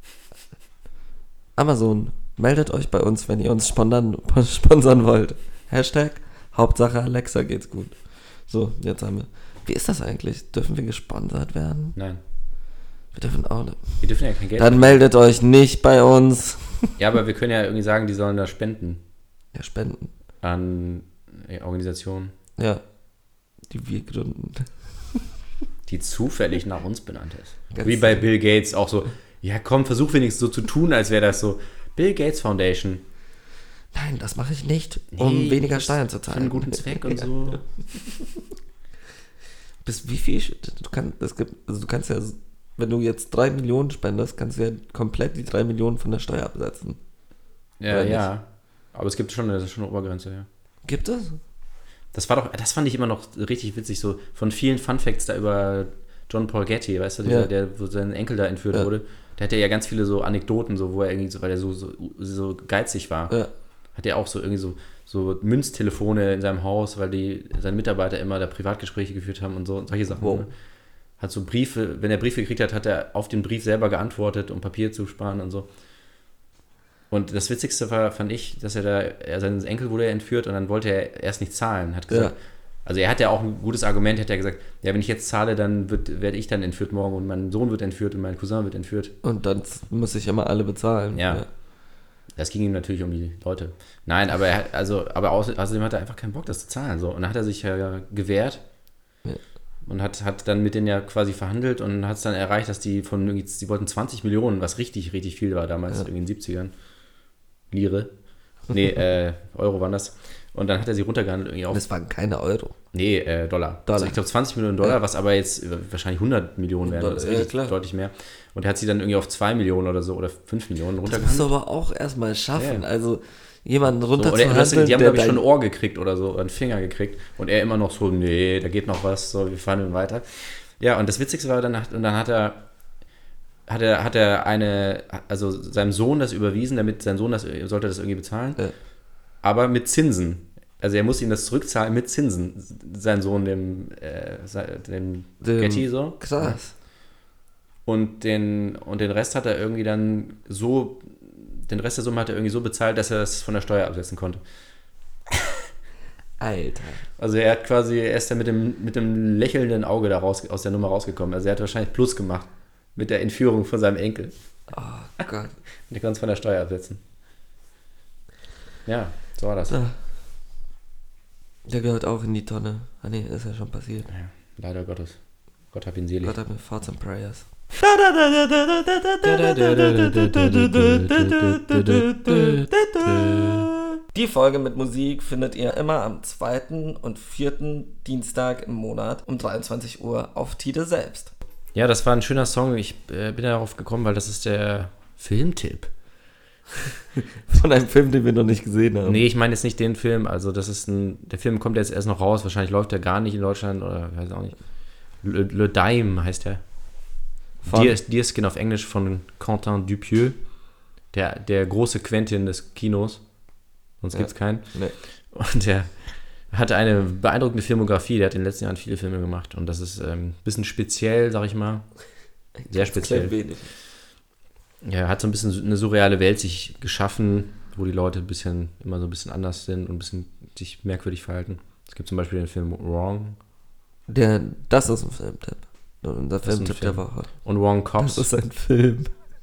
Speaker 2: Amazon, meldet euch bei uns, wenn ihr uns sponsern, sponsern wollt. Hashtag Hauptsache Alexa geht's gut. So, jetzt haben wir. Wie ist das eigentlich? Dürfen wir gesponsert werden?
Speaker 3: Nein.
Speaker 2: Wir dürfen auch nicht.
Speaker 3: Wir dürfen ja kein Geld.
Speaker 2: Dann meldet euch nicht bei uns.
Speaker 3: Ja, aber wir können ja irgendwie sagen, die sollen da spenden
Speaker 2: Ja, spenden.
Speaker 3: an äh, Organisationen,
Speaker 2: Ja. Die wir gründen.
Speaker 3: die zufällig nach uns benannt ist.
Speaker 2: Ganz
Speaker 3: Wie bei Bill Gates auch so, ja komm, versuch wenigstens so zu tun, als wäre das so Bill Gates Foundation.
Speaker 2: Nein, das mache ich nicht, um
Speaker 3: Nee,
Speaker 2: weniger
Speaker 3: das
Speaker 2: Steuern zu
Speaker 3: Für
Speaker 2: zahlen.
Speaker 3: einen guten Zweck und
Speaker 2: Ja.
Speaker 3: so.
Speaker 2: Bis wie viel? Du kannst, es gibt, also du kannst ja, wenn du jetzt drei Millionen spendest, kannst du ja komplett die drei Millionen von der Steuer absetzen.
Speaker 3: Ja,
Speaker 2: Oder
Speaker 3: ja. Aber es gibt schon, das ist schon eine Obergrenze, ja.
Speaker 2: Gibt es?
Speaker 3: Das war doch, das fand ich immer noch richtig witzig, so von vielen Funfacts da über John Paul Getty, weißt du, dieser,
Speaker 2: Ja.
Speaker 3: der, wo sein Enkel da entführt
Speaker 2: Ja.
Speaker 3: wurde. Der hatte ja ganz viele so Anekdoten, so, wo er irgendwie so, weil er so, so, so geizig war,
Speaker 2: Ja.
Speaker 3: hat er auch so irgendwie so, so Münztelefone in seinem Haus, weil die seine Mitarbeiter immer da Privatgespräche geführt haben und so und solche Sachen.
Speaker 2: Wow.
Speaker 3: Ne? Hat so Briefe, wenn er Briefe gekriegt hat, hat er auf den Brief selber geantwortet, um Papier zu sparen und so. Und das Witzigste war, fand ich, dass er da, er, sein Enkel wurde entführt und dann wollte er erst nicht zahlen, hat gesagt,
Speaker 2: Ja.
Speaker 3: also er hat ja auch ein gutes Argument, hat er gesagt, ja, wenn ich jetzt zahle, dann wird, werde ich dann entführt morgen und mein Sohn wird entführt und mein Cousin wird entführt.
Speaker 2: Und dann muss ich immer alle bezahlen.
Speaker 3: Ja. Das ging ihm natürlich um die Leute. Nein, aber er hat, also, aber außer, außerdem hat er einfach keinen Bock, das zu zahlen. So. Und dann hat er sich ja gewehrt
Speaker 2: Ja.
Speaker 3: und hat, hat dann mit denen ja quasi verhandelt und hat es dann erreicht, dass die von, irgendwie- die wollten zwanzig Millionen, was richtig, richtig viel war damals,
Speaker 2: Ja.
Speaker 3: irgendwie in den siebzigern. Lire. Nee, äh, Euro waren das. Und dann hat er sie runtergehandelt irgendwie auf.
Speaker 2: Das waren keine Euro.
Speaker 3: Nee, äh, Dollar.
Speaker 2: Dollar.
Speaker 3: Also ich glaube zwanzig Millionen Dollar,
Speaker 2: Ja.
Speaker 3: was aber jetzt äh, wahrscheinlich hundert Millionen wären.
Speaker 2: Dollar,
Speaker 3: Das ist
Speaker 2: ja,
Speaker 3: richtig
Speaker 2: klar.
Speaker 3: deutlich mehr. Und er hat sie dann irgendwie auf zwei Millionen oder so oder fünf Millionen
Speaker 2: Das musst du
Speaker 3: runtergehandelt.
Speaker 2: aber auch erstmal schaffen.
Speaker 3: Ja.
Speaker 2: Also jemanden
Speaker 3: So, oder,
Speaker 2: runterzuhandeln,
Speaker 3: oder das, die haben,
Speaker 2: der
Speaker 3: glaube ich,
Speaker 2: dein-
Speaker 3: schon ein Ohr gekriegt oder so, oder einen Finger gekriegt. Und er immer noch so, nee, da geht noch was, so, wir fahren weiter. Ja, und das Witzigste war, dann, und dann hat er, hat er, hat er eine, also seinem Sohn das überwiesen, damit sein Sohn das, sollte das irgendwie bezahlen.
Speaker 2: Ja.
Speaker 3: Aber mit Zinsen. Also er muss ihm das zurückzahlen mit Zinsen, sein Sohn, dem, äh, se- dem,
Speaker 2: Dem-
Speaker 3: Getty so.
Speaker 2: Krass.
Speaker 3: Und den, und den Rest hat er irgendwie dann so, den Rest der Summe hat er irgendwie so bezahlt, dass er das von der Steuer absetzen konnte.
Speaker 2: Alter.
Speaker 3: Also er hat quasi, er ist dann mit dem, mit dem lächelnden Auge da raus, aus der Nummer rausgekommen. Also er hat wahrscheinlich Plus gemacht mit der Entführung von seinem Enkel.
Speaker 2: Oh Gott.
Speaker 3: Und der kann es von der Steuer absetzen. Ja, so war das.
Speaker 2: Ah. Der gehört auch in die Tonne. Ah nee, ist ja schon passiert.
Speaker 3: Ja, leider Gottes. Gott hab ihn selig.
Speaker 2: Gott hat mir Thoughts and Prayers. Die Folge mit Musik findet ihr immer am zweiten und vierten Dienstag im Monat um dreiundzwanzig Uhr auf Tide selbst.
Speaker 3: Ja, das war ein schöner Song. Ich äh, bin darauf gekommen, weil das ist der Filmtipp.
Speaker 2: Von einem Film, den wir noch nicht gesehen haben.
Speaker 3: Nee, ich meine jetzt nicht den Film. Also das ist ein, der Film kommt jetzt erst noch raus. Wahrscheinlich läuft er gar nicht in Deutschland oder weiß auch nicht. Le, Le Daim heißt der.
Speaker 2: Von-
Speaker 3: Deer, Deerskin auf Englisch von Quentin Dupieux. Der, der große Quentin des Kinos. Sonst
Speaker 2: Ja.
Speaker 3: gibt's keinen.
Speaker 2: Nee.
Speaker 3: Und der hatte eine beeindruckende Filmografie. Der hat in den letzten Jahren viele Filme gemacht. Und das ist ein ähm, bisschen speziell, sag ich mal. Sehr speziell.
Speaker 2: Klein wenig.
Speaker 3: Ja, er hat so ein bisschen eine surreale Welt sich geschaffen, wo die Leute ein bisschen, immer so ein bisschen anders sind und ein bisschen sich merkwürdig verhalten. Es gibt zum Beispiel den Film Wrong
Speaker 2: Der, das ist ein Filmtipp. Unser
Speaker 3: Das ist ein
Speaker 2: Filmtipp
Speaker 3: Film.
Speaker 2: der Woche.
Speaker 3: und Wrong Cops.
Speaker 2: Das ist ein Film.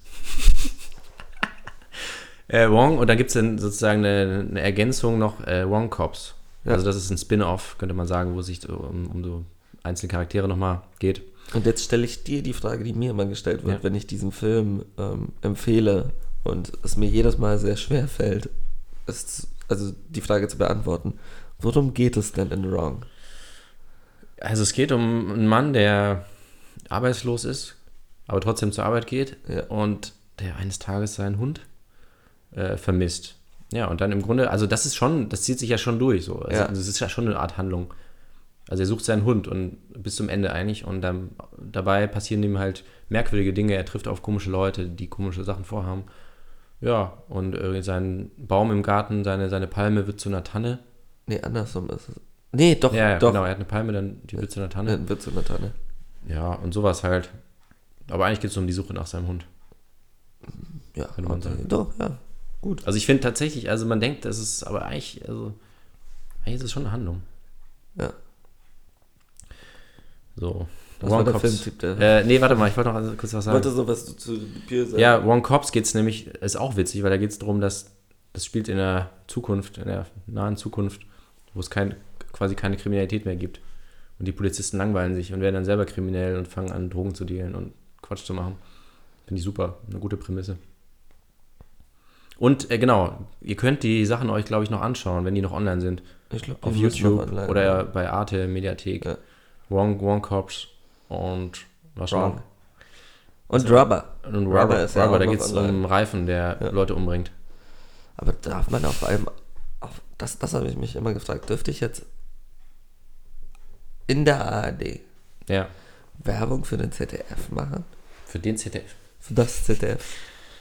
Speaker 3: Äh, Wrong, und da gibt es dann sozusagen eine, eine Ergänzung noch, äh, Wrong Cops.
Speaker 2: Ja.
Speaker 3: Also das ist ein Spin-off, könnte man sagen, wo es sich so um, um so einzelne Charaktere nochmal geht.
Speaker 2: Und jetzt stelle ich dir die Frage, die mir immer gestellt wird,
Speaker 3: Ja.
Speaker 2: wenn ich diesen Film ähm, empfehle und es mir jedes Mal sehr schwer fällt, es, also die Frage zu beantworten. Worum geht es denn in Wrong?
Speaker 3: Also es geht um einen Mann, der arbeitslos ist, aber trotzdem zur Arbeit geht
Speaker 2: Ja.
Speaker 3: und der eines Tages seinen Hund äh, vermisst. Ja, und dann im Grunde, also das ist schon, das zieht sich ja schon durch so. Also
Speaker 2: Ja.
Speaker 3: das ist ja schon eine Art Handlung. Also er sucht seinen Hund und bis zum Ende eigentlich und dann dabei passieren ihm halt merkwürdige Dinge. Er trifft auf komische Leute, die komische Sachen vorhaben. Ja, und äh, sein Baum im Garten, seine, seine Palme wird zu einer Tanne.
Speaker 2: Nee, andersrum ist es. Nee, doch,
Speaker 3: Ja, ja
Speaker 2: doch.
Speaker 3: genau, er hat eine Palme, dann die wird zu einer Tanne.
Speaker 2: Dann wird zu einer Tanne.
Speaker 3: Ja, und sowas halt. Aber eigentlich geht es um die Suche nach seinem Hund.
Speaker 2: Ja,
Speaker 3: Könnte man sagen.
Speaker 2: Doch, ja. Gut.
Speaker 3: Also ich finde tatsächlich, also man denkt, das ist aber eigentlich, also eigentlich ist es schon eine Handlung.
Speaker 2: Ja.
Speaker 3: So.
Speaker 2: Das
Speaker 3: Wrong
Speaker 2: war der
Speaker 3: Cops.
Speaker 2: Filmtipp, der-
Speaker 3: Äh, nee, warte mal, ich wollte noch kurz was
Speaker 2: Ich
Speaker 3: sagen.
Speaker 2: wollte so was zu Pierre sagen.
Speaker 3: Ja, Wrong Cops geht es nämlich, ist auch witzig, weil da geht es darum, dass das spielt in der Zukunft, in der nahen Zukunft, wo es kein, quasi keine Kriminalität mehr gibt. Und die Polizisten langweilen sich und werden dann selber kriminell und fangen an, Drogen zu dealen und Quatsch zu machen. Finde ich super, eine gute Prämisse. Und äh, genau, ihr könnt die Sachen euch, glaube ich, noch anschauen, wenn die noch online sind.
Speaker 2: Ich glaube,
Speaker 3: Auf YouTube oder bei Arte Mediathek.
Speaker 2: Ja.
Speaker 3: Wrong, Wrong Cops und was
Speaker 2: Wrong.
Speaker 3: noch?
Speaker 2: Und Rubber.
Speaker 3: Und
Speaker 2: Rubber
Speaker 3: Rubber,
Speaker 2: ist ja
Speaker 3: Rubber
Speaker 2: auch
Speaker 3: da
Speaker 2: noch
Speaker 3: geht es um
Speaker 2: online.
Speaker 3: einen Reifen, der
Speaker 2: Ja.
Speaker 3: Leute umbringt.
Speaker 2: Aber darf man auf einem, auf, das, das habe ich mich immer gefragt, dürfte ich jetzt in der A R D
Speaker 3: Ja,
Speaker 2: Werbung für den Z D F machen?
Speaker 3: für den Z D F.
Speaker 2: Für das Z D F?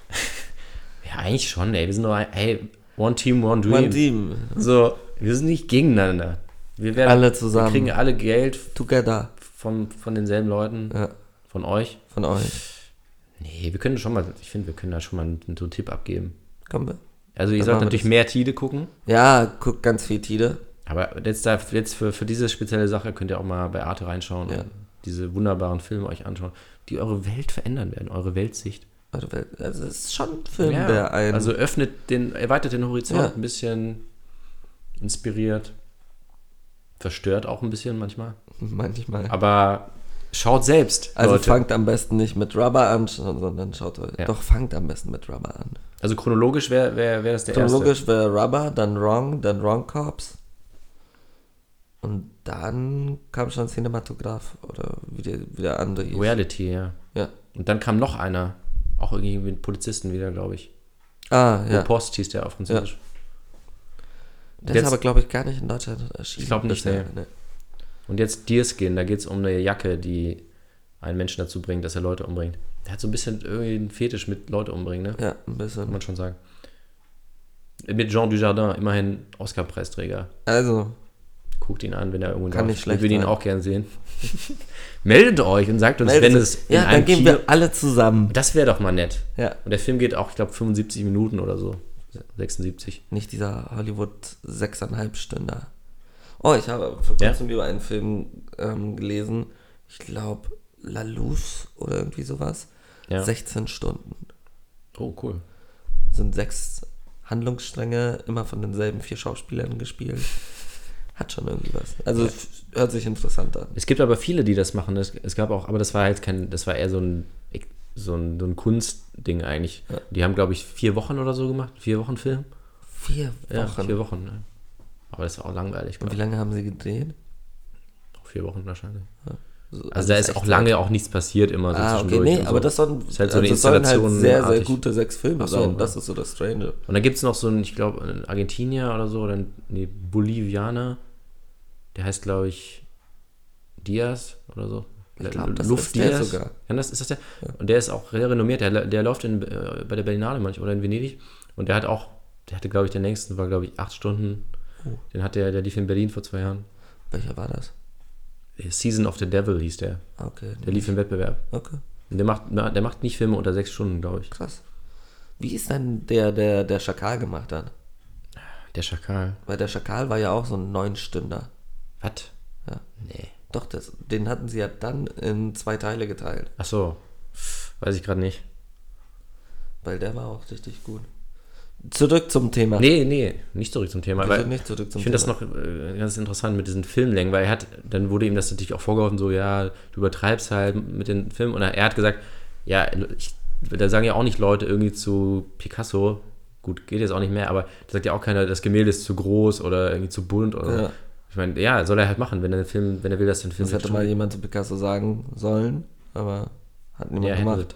Speaker 3: Ja, eigentlich schon, ey. Wir sind nur, ein- ey, One Team, One Dream.
Speaker 2: One Team.
Speaker 3: So, wir sind nicht gegeneinander. Wir werden,
Speaker 2: Alle zusammen.
Speaker 3: Wir kriegen alle Geld
Speaker 2: Together.
Speaker 3: von, von denselben Leuten,
Speaker 2: Ja,
Speaker 3: von euch.
Speaker 2: von euch.
Speaker 3: Nee, wir können schon mal, ich finde, wir können da schon mal einen, so einen Tipp abgeben.
Speaker 2: Kommen wir.
Speaker 3: Also ihr
Speaker 2: Dann
Speaker 3: sollt
Speaker 2: machen wir
Speaker 3: natürlich
Speaker 2: das.
Speaker 3: mehr Tide gucken,
Speaker 2: Ja, guck ganz viel Tide.
Speaker 3: aber jetzt, da, jetzt für, für diese spezielle Sache könnt ihr auch mal bei Arte reinschauen
Speaker 2: Ja.
Speaker 3: und diese wunderbaren Filme euch anschauen, die eure Welt verändern werden, eure Weltsicht.
Speaker 2: Also, es ist schon ein Film,
Speaker 3: Ja,
Speaker 2: der einen...
Speaker 3: also öffnet den, erweitert den Horizont
Speaker 2: Ja.
Speaker 3: ein bisschen, inspiriert, verstört auch ein bisschen manchmal.
Speaker 2: manchmal.
Speaker 3: Aber schaut selbst,
Speaker 2: Also
Speaker 3: Leute.
Speaker 2: fangt am besten nicht mit Rubber an, sondern schaut euch...
Speaker 3: Ja.
Speaker 2: Doch, fangt am besten mit Rubber an.
Speaker 3: Also chronologisch wäre wär, wär das der
Speaker 2: Chronologisch wäre Rubber, dann Wrong, dann Wrong Cops. Und dann kam schon Cinematograph oder wie der, wie der andere
Speaker 3: erste.
Speaker 2: hieß.
Speaker 3: Reality, ja.
Speaker 2: Ja.
Speaker 3: Und dann kam noch einer, auch irgendwie mit Polizisten wieder, glaube ich.
Speaker 2: Ah, ja.
Speaker 3: Au Post hieß der auf Französisch.
Speaker 2: Der
Speaker 3: Jetzt-
Speaker 2: ist aber, glaube ich, gar nicht in Deutschland erschienen.
Speaker 3: Ich glaub nicht,
Speaker 2: bisher,
Speaker 3: nee.
Speaker 2: ne.
Speaker 3: Und jetzt Deerskin, da geht es um eine Jacke, die einen Menschen dazu bringt, dass er Leute umbringt. Der hat so ein bisschen irgendwie einen Fetisch mit Leute umbringen, ne?
Speaker 2: Ja, ein
Speaker 3: Kann
Speaker 2: bisschen.
Speaker 3: man schon sagen. Mit Jean Dujardin, immerhin Oscar-Preisträger.
Speaker 2: Also,
Speaker 3: Guckt ihn an, wenn er irgendwo
Speaker 2: Kann
Speaker 3: drauf-
Speaker 2: nicht schlecht
Speaker 3: Wir würden ihn
Speaker 2: sein.
Speaker 3: auch gern sehen. Meldet euch und sagt uns,
Speaker 2: meldet
Speaker 3: wenn
Speaker 2: sich.
Speaker 3: es in
Speaker 2: Ja, dann
Speaker 3: einem
Speaker 2: gehen
Speaker 3: Kino...
Speaker 2: wir alle zusammen.
Speaker 3: Das wäre doch mal nett.
Speaker 2: Ja.
Speaker 3: Und der Film geht auch, ich glaube, fünfundsiebzig Minuten oder so. sechsundsiebzig.
Speaker 2: Nicht dieser Hollywood sechseinhalb Stünder. Oh, ich habe vor
Speaker 3: Ja?
Speaker 2: kurzem über einen Film ähm, gelesen. Ich glaube, La Luz oder irgendwie sowas.
Speaker 3: Ja.
Speaker 2: sechzehn Stunden.
Speaker 3: Oh, cool.
Speaker 2: Sind sechs Handlungsstränge, immer von denselben vier Schauspielern gespielt. Hat schon irgendwie was. Also f- hört sich interessant an.
Speaker 3: Es gibt aber viele, die das machen. Es, es gab auch, aber das war halt kein, das war eher so ein, so ein, so ein Kunstding eigentlich.
Speaker 2: Ja.
Speaker 3: Die haben, glaube ich, vier Wochen oder so gemacht. Vier Wochen Film.
Speaker 2: Vier Wochen.
Speaker 3: Ja, vier Wochen. Ne? Aber das war auch langweilig.
Speaker 2: Und wie lange haben sie gedreht?
Speaker 3: Auch vier Wochen wahrscheinlich.
Speaker 2: So,
Speaker 3: Also da ist
Speaker 2: echt
Speaker 3: auch
Speaker 2: weit.
Speaker 3: lange auch nichts passiert immer so
Speaker 2: Ah, okay,
Speaker 3: zwischendurch
Speaker 2: nee,
Speaker 3: und so.
Speaker 2: aber das sollen,
Speaker 3: Ist halt so eine
Speaker 2: das sollen halt
Speaker 3: Installation
Speaker 2: sehr, sehr
Speaker 3: artig.
Speaker 2: gute sechs Filme
Speaker 3: Ach so,
Speaker 2: sein.
Speaker 3: ja.
Speaker 2: Das ist so das Strange.
Speaker 3: Und dann gibt es noch so einen, ich glaube, einen Argentinier oder so, oder einen nee, Bolivianer. Der heißt, glaube ich, Diaz oder so.
Speaker 2: Ich glaub, das
Speaker 3: Luft
Speaker 2: ist der
Speaker 3: Diaz.
Speaker 2: sogar.
Speaker 3: Ja, das ist das der. Und der ist auch sehr renommiert. Der, der läuft in, äh, bei der Berlinale manchmal oder in Venedig. Und der hat auch, der hatte, glaube ich, den längsten, war, glaube ich, acht Stunden.
Speaker 2: Oh.
Speaker 3: Den hat der, der lief in Berlin vor zwei Jahren.
Speaker 2: Welcher war das?
Speaker 3: Season of the Devil hieß der.
Speaker 2: Okay.
Speaker 3: Der lief im Wettbewerb.
Speaker 2: Okay,
Speaker 3: Und der macht, der macht nicht Filme unter sechs Stunden, glaube ich.
Speaker 2: krass. Wie ist denn der, der, der Schakal gemacht hat?
Speaker 3: Der Schakal.
Speaker 2: Weil der Schakal war ja auch so ein Neunstünder.
Speaker 3: Was?
Speaker 2: Ja.
Speaker 3: Nee.
Speaker 2: Doch, das, den hatten sie ja dann in zwei Teile geteilt.
Speaker 3: Ach so. Weiß ich gerade nicht.
Speaker 2: Weil der war auch richtig gut. Zurück zum Thema.
Speaker 3: Nee, nee, nicht zurück zum Thema.
Speaker 2: Wir
Speaker 3: Weil
Speaker 2: sind nicht zurück zum
Speaker 3: ich finde das
Speaker 2: Thema.
Speaker 3: noch äh, ganz interessant mit diesen Filmlängen, weil er hat, dann wurde ihm das natürlich auch vorgeworfen, so, ja, du übertreibst halt mit den Filmen. Und er hat gesagt, ja, ich, da sagen ja auch nicht Leute irgendwie zu Picasso, gut, geht jetzt auch nicht mehr, aber da sagt ja auch keiner, das Gemälde ist zu groß oder irgendwie zu bunt oder
Speaker 2: Ja.
Speaker 3: Ich meine, ja, soll er halt machen, wenn er den Film, wenn er will, dass der Film
Speaker 2: Das hätte mal jemand zu Picasso sagen sollen, aber hat niemand
Speaker 3: ja,
Speaker 2: gemacht.
Speaker 3: hätte,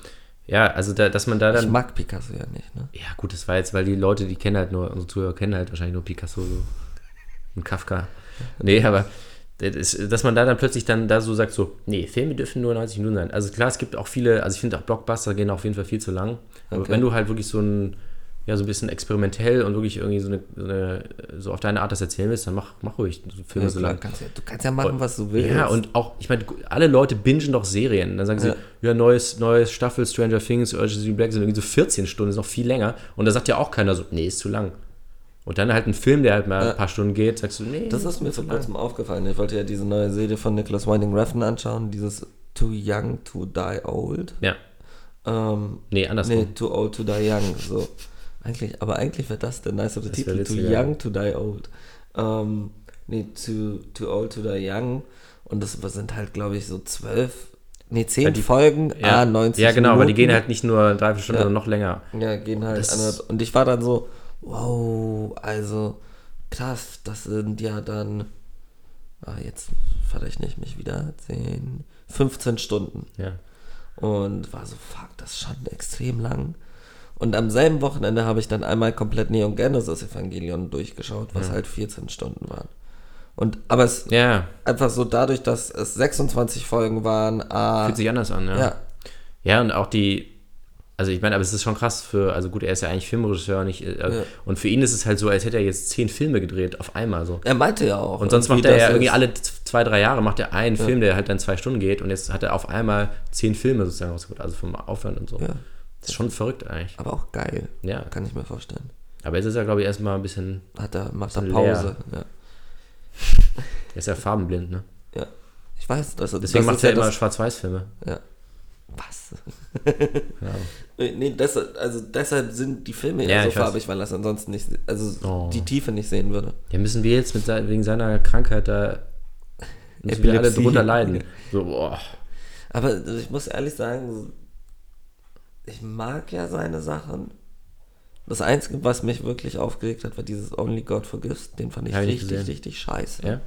Speaker 3: Ja, also da, dass man da dann...
Speaker 2: Ich mag Picasso ja nicht, ne?
Speaker 3: Ja gut, das war jetzt, weil die Leute, die kennen halt nur, unsere Zuhörer kennen halt wahrscheinlich nur Picasso so. Und Kafka. Nee, aber das ist, dass man da dann plötzlich dann da so sagt so, nee, Filme dürfen nur neunzig Minuten sein. Also klar, es gibt auch viele, also ich finde auch Blockbuster gehen auf jeden Fall viel zu lang. Aber
Speaker 2: Okay.
Speaker 3: wenn du halt wirklich so ein, ja, so ein bisschen experimentell und wirklich irgendwie so eine, so, eine, so auf deine Art das erzählen willst, dann mach, mach ruhig Filme
Speaker 2: Ja,
Speaker 3: so
Speaker 2: klar,
Speaker 3: lang.
Speaker 2: kannst ja, du kannst ja machen, was du willst.
Speaker 3: Ja, und auch, ich meine, alle Leute bingen doch Serien. Dann sagen sie,
Speaker 2: Ja.
Speaker 3: ja, neues, neues Staffel Stranger Things, Orange is the New Black sind irgendwie so vierzehn Stunden, ist noch viel länger. Und da sagt ja auch keiner so, nee, ist zu lang. Und dann halt ein Film, der halt mal
Speaker 2: Ja.
Speaker 3: ein paar Stunden geht, sagst du, nee,
Speaker 2: Das ist mir
Speaker 3: zu
Speaker 2: vor
Speaker 3: lang.
Speaker 2: kurzem aufgefallen. Ich wollte ja diese neue Serie von Nicholas Winding Refn anschauen, dieses Too Young to Die Old.
Speaker 3: Ja,
Speaker 2: Ähm,
Speaker 3: nee, andersrum.
Speaker 2: nee, Too Old to Die Young. So. Eigentlich, aber eigentlich wäre das der nicere
Speaker 3: Das
Speaker 2: Titel.
Speaker 3: wär
Speaker 2: Too
Speaker 3: witziger.
Speaker 2: Young to Die Old. Ähm, nee, too, too Old to Die Young. Und das sind halt, glaube ich, so zwölf, nee, zehn
Speaker 3: Ja, die-
Speaker 2: Folgen,
Speaker 3: Ja,
Speaker 2: ah, neunzig
Speaker 3: ja genau,
Speaker 2: Minuten.
Speaker 3: aber die gehen halt nicht nur drei, vier Stunden,
Speaker 2: Ja.
Speaker 3: sondern noch länger.
Speaker 2: Ja, gehen halt
Speaker 3: Das-
Speaker 2: anderthalb. Und ich war dann so, wow, also krass, das sind ja dann, ah, jetzt verrechne ich mich wieder, zehn, fünfzehn Stunden.
Speaker 3: Ja.
Speaker 2: Und war so, fuck, das ist schon extrem lang. Und am selben Wochenende habe ich dann einmal komplett Neon Genesis Evangelion durchgeschaut, was
Speaker 3: Ja.
Speaker 2: halt vierzehn Stunden waren. Und, aber es
Speaker 3: Ja,
Speaker 2: einfach so dadurch, dass es sechsundzwanzig Folgen waren, ah,
Speaker 3: fühlt sich anders an, ja.
Speaker 2: ja,
Speaker 3: Ja, und auch die, also ich meine, aber es ist schon krass für, also gut, er ist ja eigentlich Filmregisseur, nicht, äh,
Speaker 2: Ja.
Speaker 3: und für ihn ist es halt so, als hätte er jetzt zehn Filme gedreht auf einmal so.
Speaker 2: er meinte ja auch.
Speaker 3: Und sonst
Speaker 2: irgendwie,
Speaker 3: macht er ja
Speaker 2: dass
Speaker 3: irgendwie
Speaker 2: es-
Speaker 3: alle z- zwei, drei Jahre macht er einen Film, der halt dann zwei Stunden geht und jetzt hat er auf einmal zehn Filme sozusagen rausgebracht, also vom Aufwand und so.
Speaker 2: Ja,
Speaker 3: Das ist schon verrückt eigentlich.
Speaker 2: aber auch geil,
Speaker 3: Ja.
Speaker 2: kann ich mir vorstellen.
Speaker 3: Aber jetzt ist er, glaube ich, erstmal ein bisschen,
Speaker 2: Hat er, macht
Speaker 3: So
Speaker 2: er
Speaker 3: leer.
Speaker 2: Pause. Ja.
Speaker 3: er ist ja farbenblind, ne?
Speaker 2: ja. Ich weiß, dass er
Speaker 3: Deswegen
Speaker 2: das
Speaker 3: macht
Speaker 2: ist
Speaker 3: er
Speaker 2: ja
Speaker 3: immer
Speaker 2: das,
Speaker 3: Schwarz-Weiß-Filme.
Speaker 2: ja. Was?
Speaker 3: Ja.
Speaker 2: Nee, deshalb, also deshalb sind die Filme ja,
Speaker 3: Ja,
Speaker 2: so
Speaker 3: ich weiß.
Speaker 2: farbig, weil er es ansonsten nicht, also
Speaker 3: Oh.
Speaker 2: die Tiefe nicht sehen würde.
Speaker 3: Ja, müssen wir jetzt mit sein, wegen seiner Krankheit da müssen wir alle
Speaker 2: Epilepsie.
Speaker 3: drunter leiden. So, boah.
Speaker 2: Aber ich muss ehrlich sagen, ich mag ja seine Sachen. Das Einzige, was mich wirklich aufgeregt hat, war dieses Only God Forgives. Den fand ich
Speaker 3: Hab ich nicht
Speaker 2: richtig,
Speaker 3: gesehen.
Speaker 2: richtig scheiße.
Speaker 3: Ja?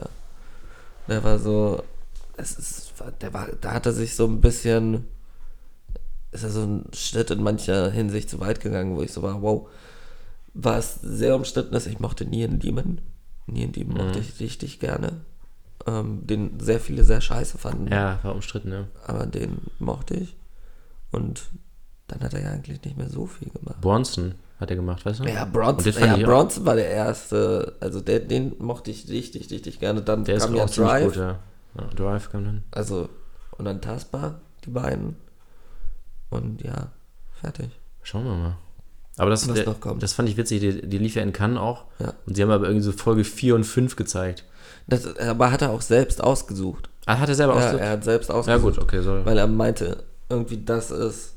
Speaker 2: Der war so, es ist, der war, da hat er sich so ein bisschen, ist er so ein Schritt in mancher Hinsicht zu weit gegangen, wo ich so war, wow, was sehr umstritten ist, ich mochte Neon Demon. Neon Demon mochte
Speaker 3: Mhm.
Speaker 2: ich richtig gerne. Ähm, den sehr viele sehr scheiße fanden.
Speaker 3: Ja, war umstritten, ja.
Speaker 2: Aber den mochte ich. Und dann hat er ja eigentlich nicht mehr so viel gemacht.
Speaker 3: Bronson hat er gemacht, weißt du?
Speaker 2: Ja,
Speaker 3: Und
Speaker 2: Bronson,
Speaker 3: den fand
Speaker 2: ja,
Speaker 3: ich auch-
Speaker 2: Bronson war der erste, also der, den mochte ich richtig, richtig gerne. Dann
Speaker 3: Der ist
Speaker 2: kam ja
Speaker 3: auch ziemlich
Speaker 2: Drive,
Speaker 3: gut, ja. ja. Drive kam dann.
Speaker 2: also unantastbar, die beiden. Und ja, fertig.
Speaker 3: Schauen wir mal. Aber das,
Speaker 2: Was
Speaker 3: der,
Speaker 2: noch kommt.
Speaker 3: das fand ich witzig, die, die lief ja in Cannes auch.
Speaker 2: Ja.
Speaker 3: Und sie haben aber irgendwie so Folge vier und fünf gezeigt.
Speaker 2: Das, aber hat er auch selbst ausgesucht.
Speaker 3: Ah, hat er selber
Speaker 2: Ja,
Speaker 3: ausgesucht?
Speaker 2: er hat selbst
Speaker 3: Ja,
Speaker 2: ausgesucht.
Speaker 3: gut, okay, sorry.
Speaker 2: Weil er meinte, irgendwie das ist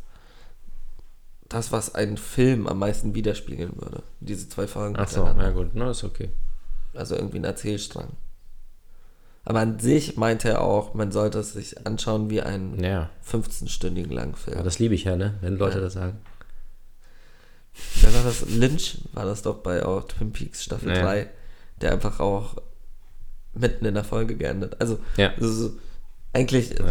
Speaker 2: das, was einen Film am meisten widerspiegeln würde. Diese zwei Folgen.
Speaker 3: Ach so,
Speaker 2: miteinander.
Speaker 3: ja gut, na, ist okay.
Speaker 2: Also irgendwie ein Erzählstrang. Aber an sich meinte er auch, man sollte es sich anschauen wie einen
Speaker 3: Ja,
Speaker 2: fünfzehnstündigen langen Film.
Speaker 3: ja das liebe ich ja, ne? Wenn Leute
Speaker 2: Ja.
Speaker 3: das sagen.
Speaker 2: Wer war das? Lynch war das doch bei auch Twin Peaks Staffel
Speaker 3: Ja.
Speaker 2: drei, der einfach auch mitten in der Folge geendet. Also,
Speaker 3: Ja.
Speaker 2: also so, eigentlich.
Speaker 3: Ja.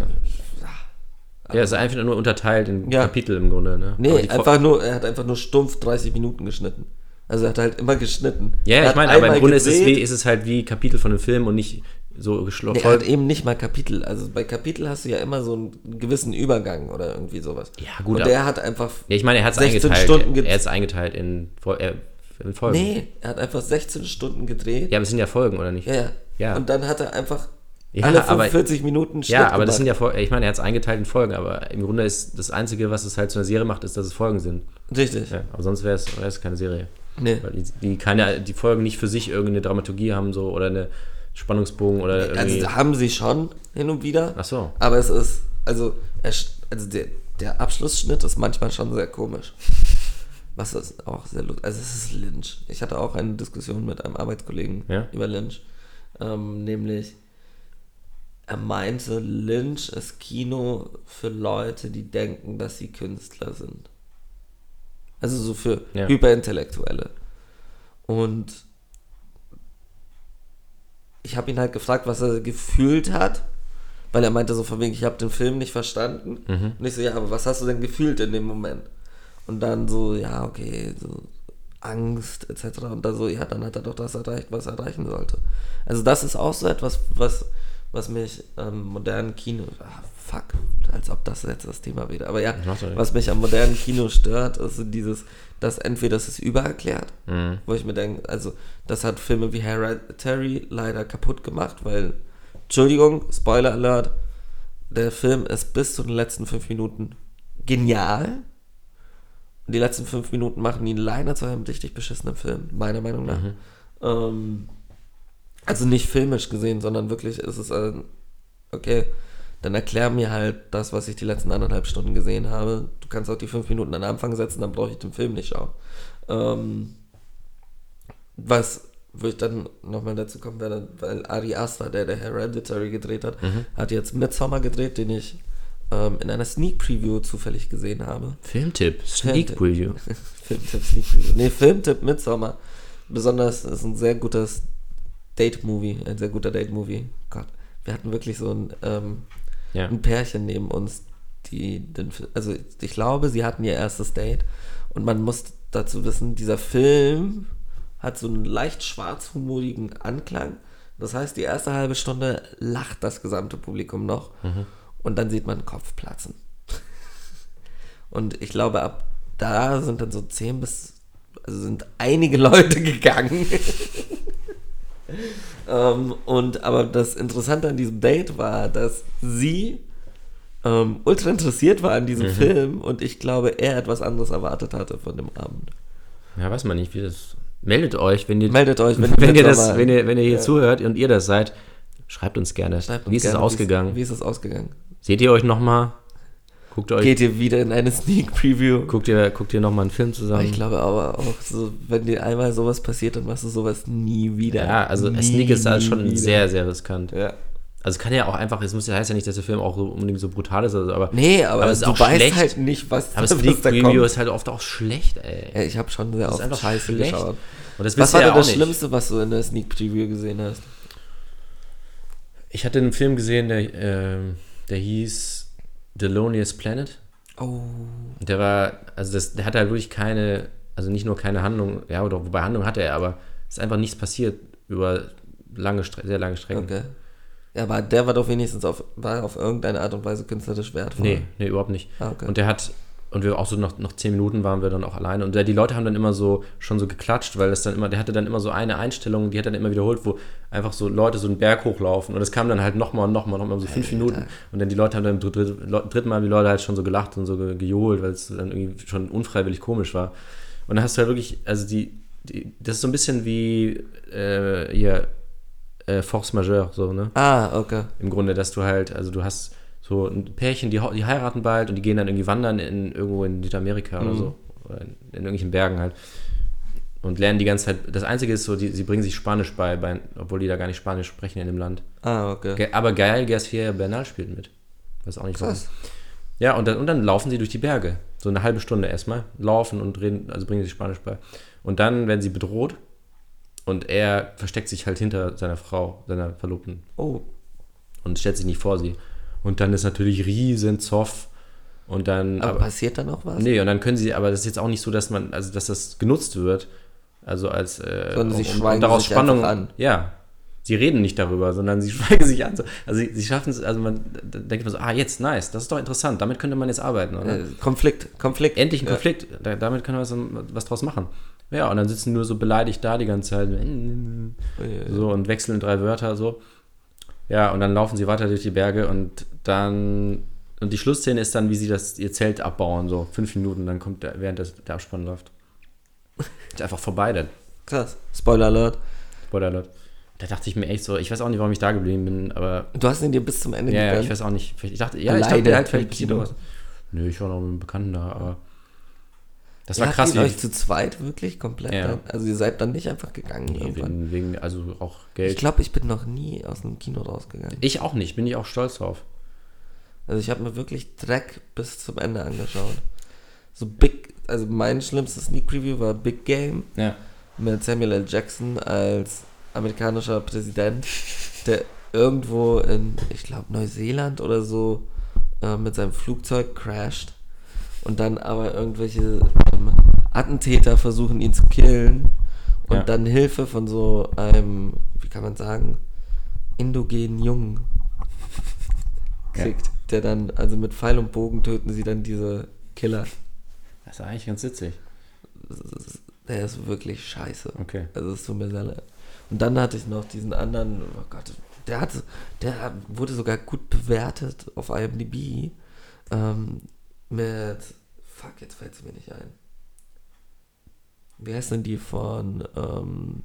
Speaker 3: Ja, es ist einfach nur unterteilt in
Speaker 2: Ja.
Speaker 3: Kapitel im Grunde, ne? Aber
Speaker 2: Nee,
Speaker 3: die Fol-
Speaker 2: einfach nur, er hat einfach nur stumpf dreißig Minuten geschnitten. Also er hat halt immer geschnitten.
Speaker 3: Ja,
Speaker 2: Er
Speaker 3: ich
Speaker 2: hat
Speaker 3: meine, aber im
Speaker 2: einmal
Speaker 3: Grunde ist es,
Speaker 2: gedreht.
Speaker 3: wie, ist es halt wie Kapitel von einem Film und nicht so geschlossen.
Speaker 2: Nee, er hat eben nicht mal Kapitel. Also bei Kapitel hast du ja immer so einen gewissen Übergang oder irgendwie sowas.
Speaker 3: Ja, gut,
Speaker 2: Und
Speaker 3: aber-
Speaker 2: der hat einfach.
Speaker 3: Ja, ich meine, er hat es
Speaker 2: sechzehn
Speaker 3: eingeteilt.
Speaker 2: Stunden ge-
Speaker 3: er hat es eingeteilt in, Fol- äh, in Folgen.
Speaker 2: Nee, er hat einfach sechzehn Stunden gedreht.
Speaker 3: Ja, aber es sind ja Folgen, oder nicht?
Speaker 2: Ja, ja.
Speaker 3: Ja.
Speaker 2: Und dann hat er einfach
Speaker 3: Ja,
Speaker 2: alle
Speaker 3: aber-
Speaker 2: fünfundvierzig Minuten Schnitt
Speaker 3: Ja, aber das
Speaker 2: gemacht.
Speaker 3: sind ja Folgen. Ich meine, er hat es eingeteilt in Folgen, aber im Grunde ist das Einzige, was es halt zu einer Serie macht, ist, dass es Folgen sind.
Speaker 2: Richtig.
Speaker 3: Ja, aber sonst wäre es wäre es keine Serie.
Speaker 2: Nee.
Speaker 3: Weil die, die, keine, die Folgen nicht für sich irgendeine Dramaturgie haben so oder eine Spannungsbogen oder irgendwie.
Speaker 2: Also haben sie schon hin und wieder.
Speaker 3: Ach so.
Speaker 2: Aber es ist, also, er, also der, der Abschlussschnitt ist manchmal schon sehr komisch. Was ist auch sehr lustig. Also es ist Lynch. Ich hatte auch eine Diskussion mit einem Arbeitskollegen
Speaker 3: Ja?
Speaker 2: über Lynch. Ähm, nämlich, er meinte, Lynch ist Kino für Leute, die denken, dass sie Künstler sind. Also so für
Speaker 3: Ja.
Speaker 2: Hyperintellektuelle. Und ich habe ihn halt gefragt, was er gefühlt hat Weil er meinte so von wegen, ich habe den Film nicht verstanden.
Speaker 3: Mhm.
Speaker 2: Und ich so, ja, aber was hast du denn gefühlt in dem Moment? Und dann so, ja, okay, so Angst et cetera. Und dann so, ja, dann hat er doch das erreicht, was er erreichen sollte. Also das ist auch so etwas, was, was mich am modernen Kino, ah, fuck, als ob das jetzt das Thema wäre. Aber ja, was mich am modernen Kino stört, ist so dieses, dass entweder das ist übererklärt,
Speaker 3: Mhm.
Speaker 2: wo ich mir denke, also das hat Filme wie Hereditary leider kaputt gemacht, weil, Entschuldigung, Spoiler Alert, der Film ist bis zu den letzten fünf Minuten genial. Und die letzten fünf Minuten machen ihn leider zu einem richtig beschissenen Film, meiner Meinung nach.
Speaker 3: Mhm.
Speaker 2: Ähm, also nicht filmisch gesehen, sondern wirklich ist es ein, okay, dann erklär mir halt das, was ich die letzten anderthalb Stunden gesehen habe. Du kannst auch die fünf Minuten an den Anfang setzen, dann brauche ich den Film nicht schauen. Ähm, was, wo ich dann nochmal dazu kommen werde, weil Ari Aster, der der Hereditary gedreht hat,
Speaker 3: Mhm.
Speaker 2: hat jetzt Midsommar gedreht, den ich ähm, in einer Sneak Preview zufällig gesehen habe.
Speaker 3: Filmtipp, Sneak
Speaker 2: Filmtipp.
Speaker 3: Preview.
Speaker 2: Filmtipp, Sneak Preview. Nee, Filmtipp Midsommar. Besonders ist ein sehr gutes Date-Movie, ein sehr guter Date-Movie. Gott, wir hatten wirklich so ein, ähm,
Speaker 3: Ja.
Speaker 2: ein Pärchen neben uns, die den Fi- also ich glaube, sie hatten ihr erstes Date und man muss dazu wissen, dieser Film hat so einen leicht schwarzhumorigen Anklang. Das heißt, die erste halbe Stunde lacht das gesamte Publikum noch
Speaker 3: Mhm.
Speaker 2: und dann sieht man den Kopf platzen. Und ich glaube, ab da sind dann so zehn bis, also sind einige Leute gegangen. ähm, und aber das Interessante an diesem Date war, dass sie ähm, ultra interessiert war an diesem
Speaker 3: Mhm.
Speaker 2: Film und ich glaube, er etwas anderes erwartet hatte von dem Abend.
Speaker 3: Ja, weiß man nicht, wie das. Meldet euch, wenn ihr,
Speaker 2: Meldet euch, wenn,
Speaker 3: wenn, ihr das,
Speaker 2: Midsommar-
Speaker 3: wenn ihr, wenn ihr hier
Speaker 2: Ja.
Speaker 3: zuhört und ihr das seid, schreibt uns gerne.
Speaker 2: Schreibt uns
Speaker 3: wie ist
Speaker 2: gerne,
Speaker 3: es ausgegangen?
Speaker 2: Wie ist es ausgegangen?
Speaker 3: Seht ihr euch nochmal? Guckt euch,
Speaker 2: Geht ihr wieder in eine Sneak Preview?
Speaker 3: guckt ihr, guckt ihr nochmal einen Film
Speaker 2: Aber
Speaker 3: zusammen?
Speaker 2: ich glaube aber auch, so, wenn dir einmal sowas passiert, dann machst du sowas nie wieder.
Speaker 3: Ja, also
Speaker 2: nie,
Speaker 3: Sneak ist halt
Speaker 2: nie
Speaker 3: schon
Speaker 2: wieder.
Speaker 3: sehr, sehr riskant.
Speaker 2: Ja.
Speaker 3: Also es kann ja auch einfach, es muss, heißt ja nicht, dass der Film auch so unbedingt so brutal ist, also, aber,
Speaker 2: Nee, aber,
Speaker 3: Aber es ist
Speaker 2: du
Speaker 3: auch
Speaker 2: weißt
Speaker 3: schlecht.
Speaker 2: halt nicht, was,
Speaker 3: aber
Speaker 2: was
Speaker 3: Sneak
Speaker 2: da
Speaker 3: Preview
Speaker 2: kommt.
Speaker 3: ist halt oft auch schlecht, ey.
Speaker 2: Ja, ich habe schon sehr
Speaker 3: Das ist
Speaker 2: oft
Speaker 3: einfach
Speaker 2: Scheiße
Speaker 3: schlecht.
Speaker 2: geschaut.
Speaker 3: Und das
Speaker 2: Was
Speaker 3: wisst
Speaker 2: war
Speaker 3: ihr
Speaker 2: denn
Speaker 3: ja
Speaker 2: das
Speaker 3: auch nicht.
Speaker 2: Schlimmste, was du in der Sneak Preview gesehen hast?
Speaker 3: Ich hatte einen Film gesehen, der, ähm, der hieß The Loneliest Planet.
Speaker 2: Oh.
Speaker 3: Und der war, also das, der hatte halt wirklich keine, also nicht nur keine Handlung, ja, oder wobei Handlung hatte er, aber es ist einfach nichts passiert über lange, Stre- sehr lange Strecken.
Speaker 2: Okay. Ja, aber der war doch wenigstens auf, war auf irgendeine Art und Weise künstlerisch wertvoll.
Speaker 3: Nee, nee, überhaupt nicht.
Speaker 2: Ah, okay.
Speaker 3: Und der hat, und wir auch so noch, noch zehn Minuten waren wir dann auch alleine. Und der, die Leute haben dann immer so, schon so geklatscht, weil das dann immer, der hatte dann immer so eine Einstellung, die hat dann immer wiederholt, wo einfach so Leute so einen Berg hochlaufen. Und das kam dann halt nochmal und nochmal, nochmal so fünf
Speaker 2: Alter.
Speaker 3: Minuten. Und dann die Leute haben dann im dritt, dritt, dritten Mal die Leute halt schon so gelacht und so ge, gejohlt, weil es dann irgendwie schon unfreiwillig komisch war. Und dann hast du halt wirklich, also die, die das ist so ein bisschen wie äh, hier äh, Force Majeure, so, ne?
Speaker 2: Ah, okay.
Speaker 3: Im Grunde, dass du halt, also du hast so ein Pärchen, die, die heiraten bald und die gehen dann irgendwie wandern in irgendwo in Südamerika oder
Speaker 2: Mhm.
Speaker 3: so. Oder in, in irgendwelchen Bergen halt. Und lernen die ganze Zeit. Das Einzige ist so, die, sie bringen sich Spanisch bei, bei, obwohl die da gar nicht Spanisch sprechen in dem Land.
Speaker 2: Ah, okay.
Speaker 3: Ge- Aber geil, Garcia Bernal spielt mit. Weiß auch nicht warum.
Speaker 2: Krass.
Speaker 3: Ja, und dann, und dann laufen sie durch die Berge. So eine halbe Stunde erstmal. Laufen und reden, also bringen sich Spanisch bei. Und dann werden sie bedroht. Und er versteckt sich halt hinter seiner Frau, seiner Verlobten.
Speaker 2: Oh.
Speaker 3: Und stellt sich nicht vor sie. Und dann ist natürlich riesen Zoff. Und dann.
Speaker 2: Aber,
Speaker 3: aber,
Speaker 2: passiert da noch was?
Speaker 3: nee, und dann können sie, aber das ist jetzt auch nicht so, dass man, also dass das genutzt wird. Also als äh,
Speaker 2: Sondern sie
Speaker 3: um,
Speaker 2: schweigen
Speaker 3: daraus
Speaker 2: sich
Speaker 3: Spannung
Speaker 2: einfach an.
Speaker 3: Ja. Sie reden nicht darüber, sondern sie schweigen sich an. So. Also sie, sie schaffen es, also man da denkt man so, ah, jetzt nice, das ist doch interessant, damit könnte man jetzt arbeiten, oder?
Speaker 2: Äh, Konflikt, Konflikt.
Speaker 3: Endlich ein
Speaker 2: Ja.
Speaker 3: Konflikt, da, damit können wir was, was draus machen. Ja, und dann sitzen nur so beleidigt da die ganze Zeit. So und wechseln drei Wörter so. Ja, und dann laufen sie weiter durch die Berge und dann. Und die Schlussszene ist dann, wie sie das ihr Zelt abbauen, so fünf Minuten, dann kommt der, während das, der Abspann läuft. Ist einfach vorbei dann.
Speaker 2: Krass. Spoiler Alert.
Speaker 3: Spoiler Alert. Da dachte ich mir echt so, ich weiß auch nicht, warum ich da geblieben bin, aber.
Speaker 2: Du hast ihn dir bis zum Ende
Speaker 3: Ja, ja,
Speaker 2: gegönnt.
Speaker 3: ich weiß auch nicht. Ich dachte, ja, ich
Speaker 2: Alleine
Speaker 3: dachte halt,
Speaker 2: im
Speaker 3: vielleicht passiert
Speaker 2: Kino.
Speaker 3: noch was. Nö, ich war noch mit einem Bekannten da, aber. Das
Speaker 2: Ja,
Speaker 3: war
Speaker 2: habt
Speaker 3: krass,
Speaker 2: ihr
Speaker 3: wie.
Speaker 2: euch zu zweit wirklich komplett
Speaker 3: Ja.
Speaker 2: dann? Also ihr seid dann nicht einfach gegangen
Speaker 3: Nee,
Speaker 2: irgendwann?
Speaker 3: wegen, wegen, also auch
Speaker 2: Ich
Speaker 3: Geld.
Speaker 2: glaube, ich bin noch nie aus einem Kino rausgegangen.
Speaker 3: Ich auch nicht, bin ich auch stolz drauf.
Speaker 2: Also ich habe mir wirklich Dreck bis zum Ende angeschaut. So Big, also mein schlimmstes Sneak Preview war Big Game
Speaker 3: Ja.
Speaker 2: mit Samuel L. Jackson als amerikanischer Präsident, der irgendwo in, ich glaube, Neuseeland oder so äh, mit seinem Flugzeug crasht und dann aber irgendwelche ähm, Attentäter versuchen, ihn zu killen und
Speaker 3: Ja.
Speaker 2: dann Hilfe von so einem, wie kann man sagen, indogenen Jungen kriegt, der dann, also mit Pfeil und Bogen töten sie dann diese Killer.
Speaker 3: Das ist eigentlich ganz witzig.
Speaker 2: Der ist wirklich scheiße.
Speaker 3: Okay.
Speaker 2: Also es tut mir sehr leid. Und dann hatte ich noch diesen anderen, oh Gott, der hatte, der wurde sogar gut bewertet auf I M D B. Ähm, mit, fuck, jetzt fällt es mir nicht ein. Wie heißt denn die von ähm,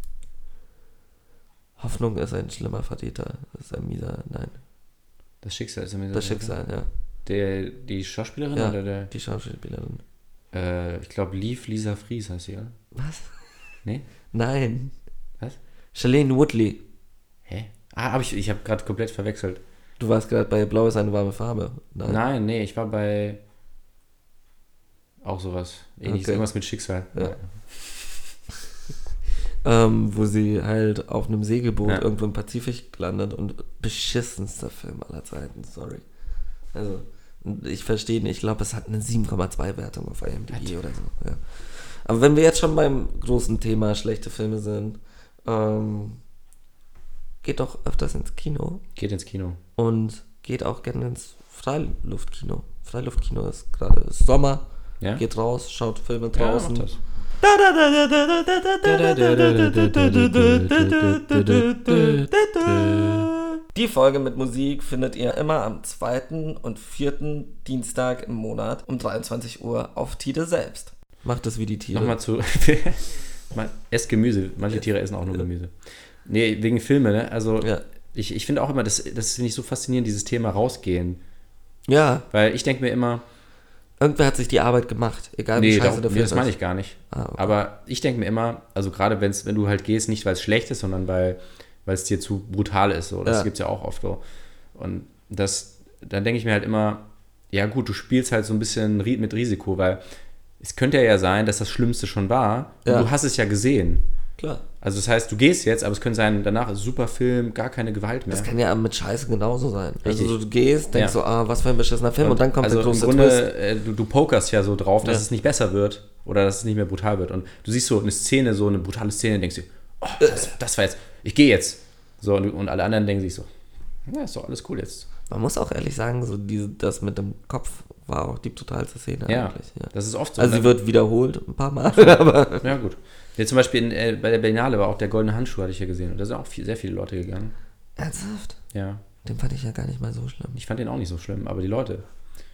Speaker 2: Hoffnung ist ein schlimmer Verräter. Das ist ein mieser, nein.
Speaker 3: Das Schicksal ist mir
Speaker 2: Das Schicksal, ja.
Speaker 3: Der, die Schauspielerin
Speaker 2: Ja,
Speaker 3: oder der?
Speaker 2: die Schauspielerin.
Speaker 3: Äh, ich glaube, Liv Lisa Fries heißt sie, oder?
Speaker 2: Was?
Speaker 3: Nee?
Speaker 2: Nein.
Speaker 3: Was?
Speaker 2: Shailene Woodley.
Speaker 3: Hä? Ah, hab ich, ich habe gerade komplett verwechselt.
Speaker 2: Du warst gerade bei Blau ist eine warme Farbe.
Speaker 3: Nein. Nein, nee, ich war bei auch sowas. Ähnliches,
Speaker 2: Okay.
Speaker 3: irgendwas mit Schicksal.
Speaker 2: Ja. Ähm, wo sie halt auf einem Segelboot
Speaker 3: Ja.
Speaker 2: irgendwo im Pazifik landet und beschissenster Film aller Zeiten, sorry. Also, ich verstehe nicht, ich glaube, es hat eine sieben Komma zwei Wertung auf I M D B oder so. Ja. Aber wenn wir jetzt schon beim großen Thema schlechte Filme sind, ähm, geht doch öfters ins Kino
Speaker 3: Geht ins Kino.
Speaker 2: und geht auch gerne ins Freiluftkino. Freiluftkino ist gerade ist Sommer,
Speaker 3: Ja?
Speaker 2: geht raus, schaut Filme
Speaker 3: Ja,
Speaker 2: draußen.
Speaker 3: macht das.
Speaker 2: Die Folge mit Musik findet ihr immer am zweiten und vierten Dienstag im Monat um dreiundzwanzig Uhr auf Tide selbst. Macht es wie die Tiere.
Speaker 3: Nochmal zu. Man esst Gemüse. Manche Tiere essen auch nur Gemüse. Nee, wegen Filme, ne? Also,
Speaker 2: Ja.
Speaker 3: ich, ich finde auch immer, das, das finde ich so faszinierend, dieses Thema rausgehen.
Speaker 2: Ja,
Speaker 3: Weil ich denke mir immer,
Speaker 2: irgendwer hat sich die Arbeit gemacht, egal wie
Speaker 3: nee,
Speaker 2: scheiße
Speaker 3: darum,
Speaker 2: der
Speaker 3: nee
Speaker 2: Film
Speaker 3: das meine
Speaker 2: ist.
Speaker 3: ich gar nicht.
Speaker 2: Ah, okay.
Speaker 3: Aber ich denke mir immer, also gerade wenn's, wenn du halt gehst, nicht weil es schlecht ist, sondern weil weil es dir zu brutal ist. So. Das
Speaker 2: Ja.
Speaker 3: gibt es ja auch oft so. Und das, dann denke ich mir halt immer, ja gut, du spielst halt so ein bisschen ri- mit Risiko, weil es könnte ja sein, dass das Schlimmste schon war und
Speaker 2: Ja.
Speaker 3: du hast es ja gesehen.
Speaker 2: Klar.
Speaker 3: Also das heißt, du gehst jetzt, aber es könnte sein, danach ist super Film, gar keine Gewalt mehr.
Speaker 2: Das kann ja mit Scheiße genauso sein.
Speaker 3: Richtig.
Speaker 2: Also du gehst, denkst
Speaker 3: Ja.
Speaker 2: so, ah, was für ein beschissener Film und, dann kommt
Speaker 3: also
Speaker 2: der große
Speaker 3: im Grunde,
Speaker 2: Twist.
Speaker 3: äh, du, du pokerst ja so drauf, dass
Speaker 2: Ja.
Speaker 3: es nicht besser wird oder dass es nicht mehr brutal wird. Und du siehst so eine Szene, so eine brutale Szene, und denkst dir, oh, das, das war jetzt, ich gehe jetzt. So, und, und alle anderen denken sich so, ja, ist doch alles cool jetzt.
Speaker 2: Man muss auch ehrlich sagen, so diese, das mit dem Kopf war auch die brutalste Szene
Speaker 3: Ja,
Speaker 2: eigentlich. Ja.
Speaker 3: das ist oft so.
Speaker 2: Also
Speaker 3: ne?
Speaker 2: sie wird wiederholt ein paar Mal, aber
Speaker 3: Ja, gut. Jetzt zum Beispiel in, äh, bei der Berlinale war auch der goldene Handschuh, hatte ich ja gesehen. Und da sind auch viel, sehr viele Leute gegangen.
Speaker 2: ernsthaft?
Speaker 3: Ja.
Speaker 2: Den fand ich ja gar nicht mal so schlimm.
Speaker 3: Ich fand den auch nicht so schlimm, aber die Leute.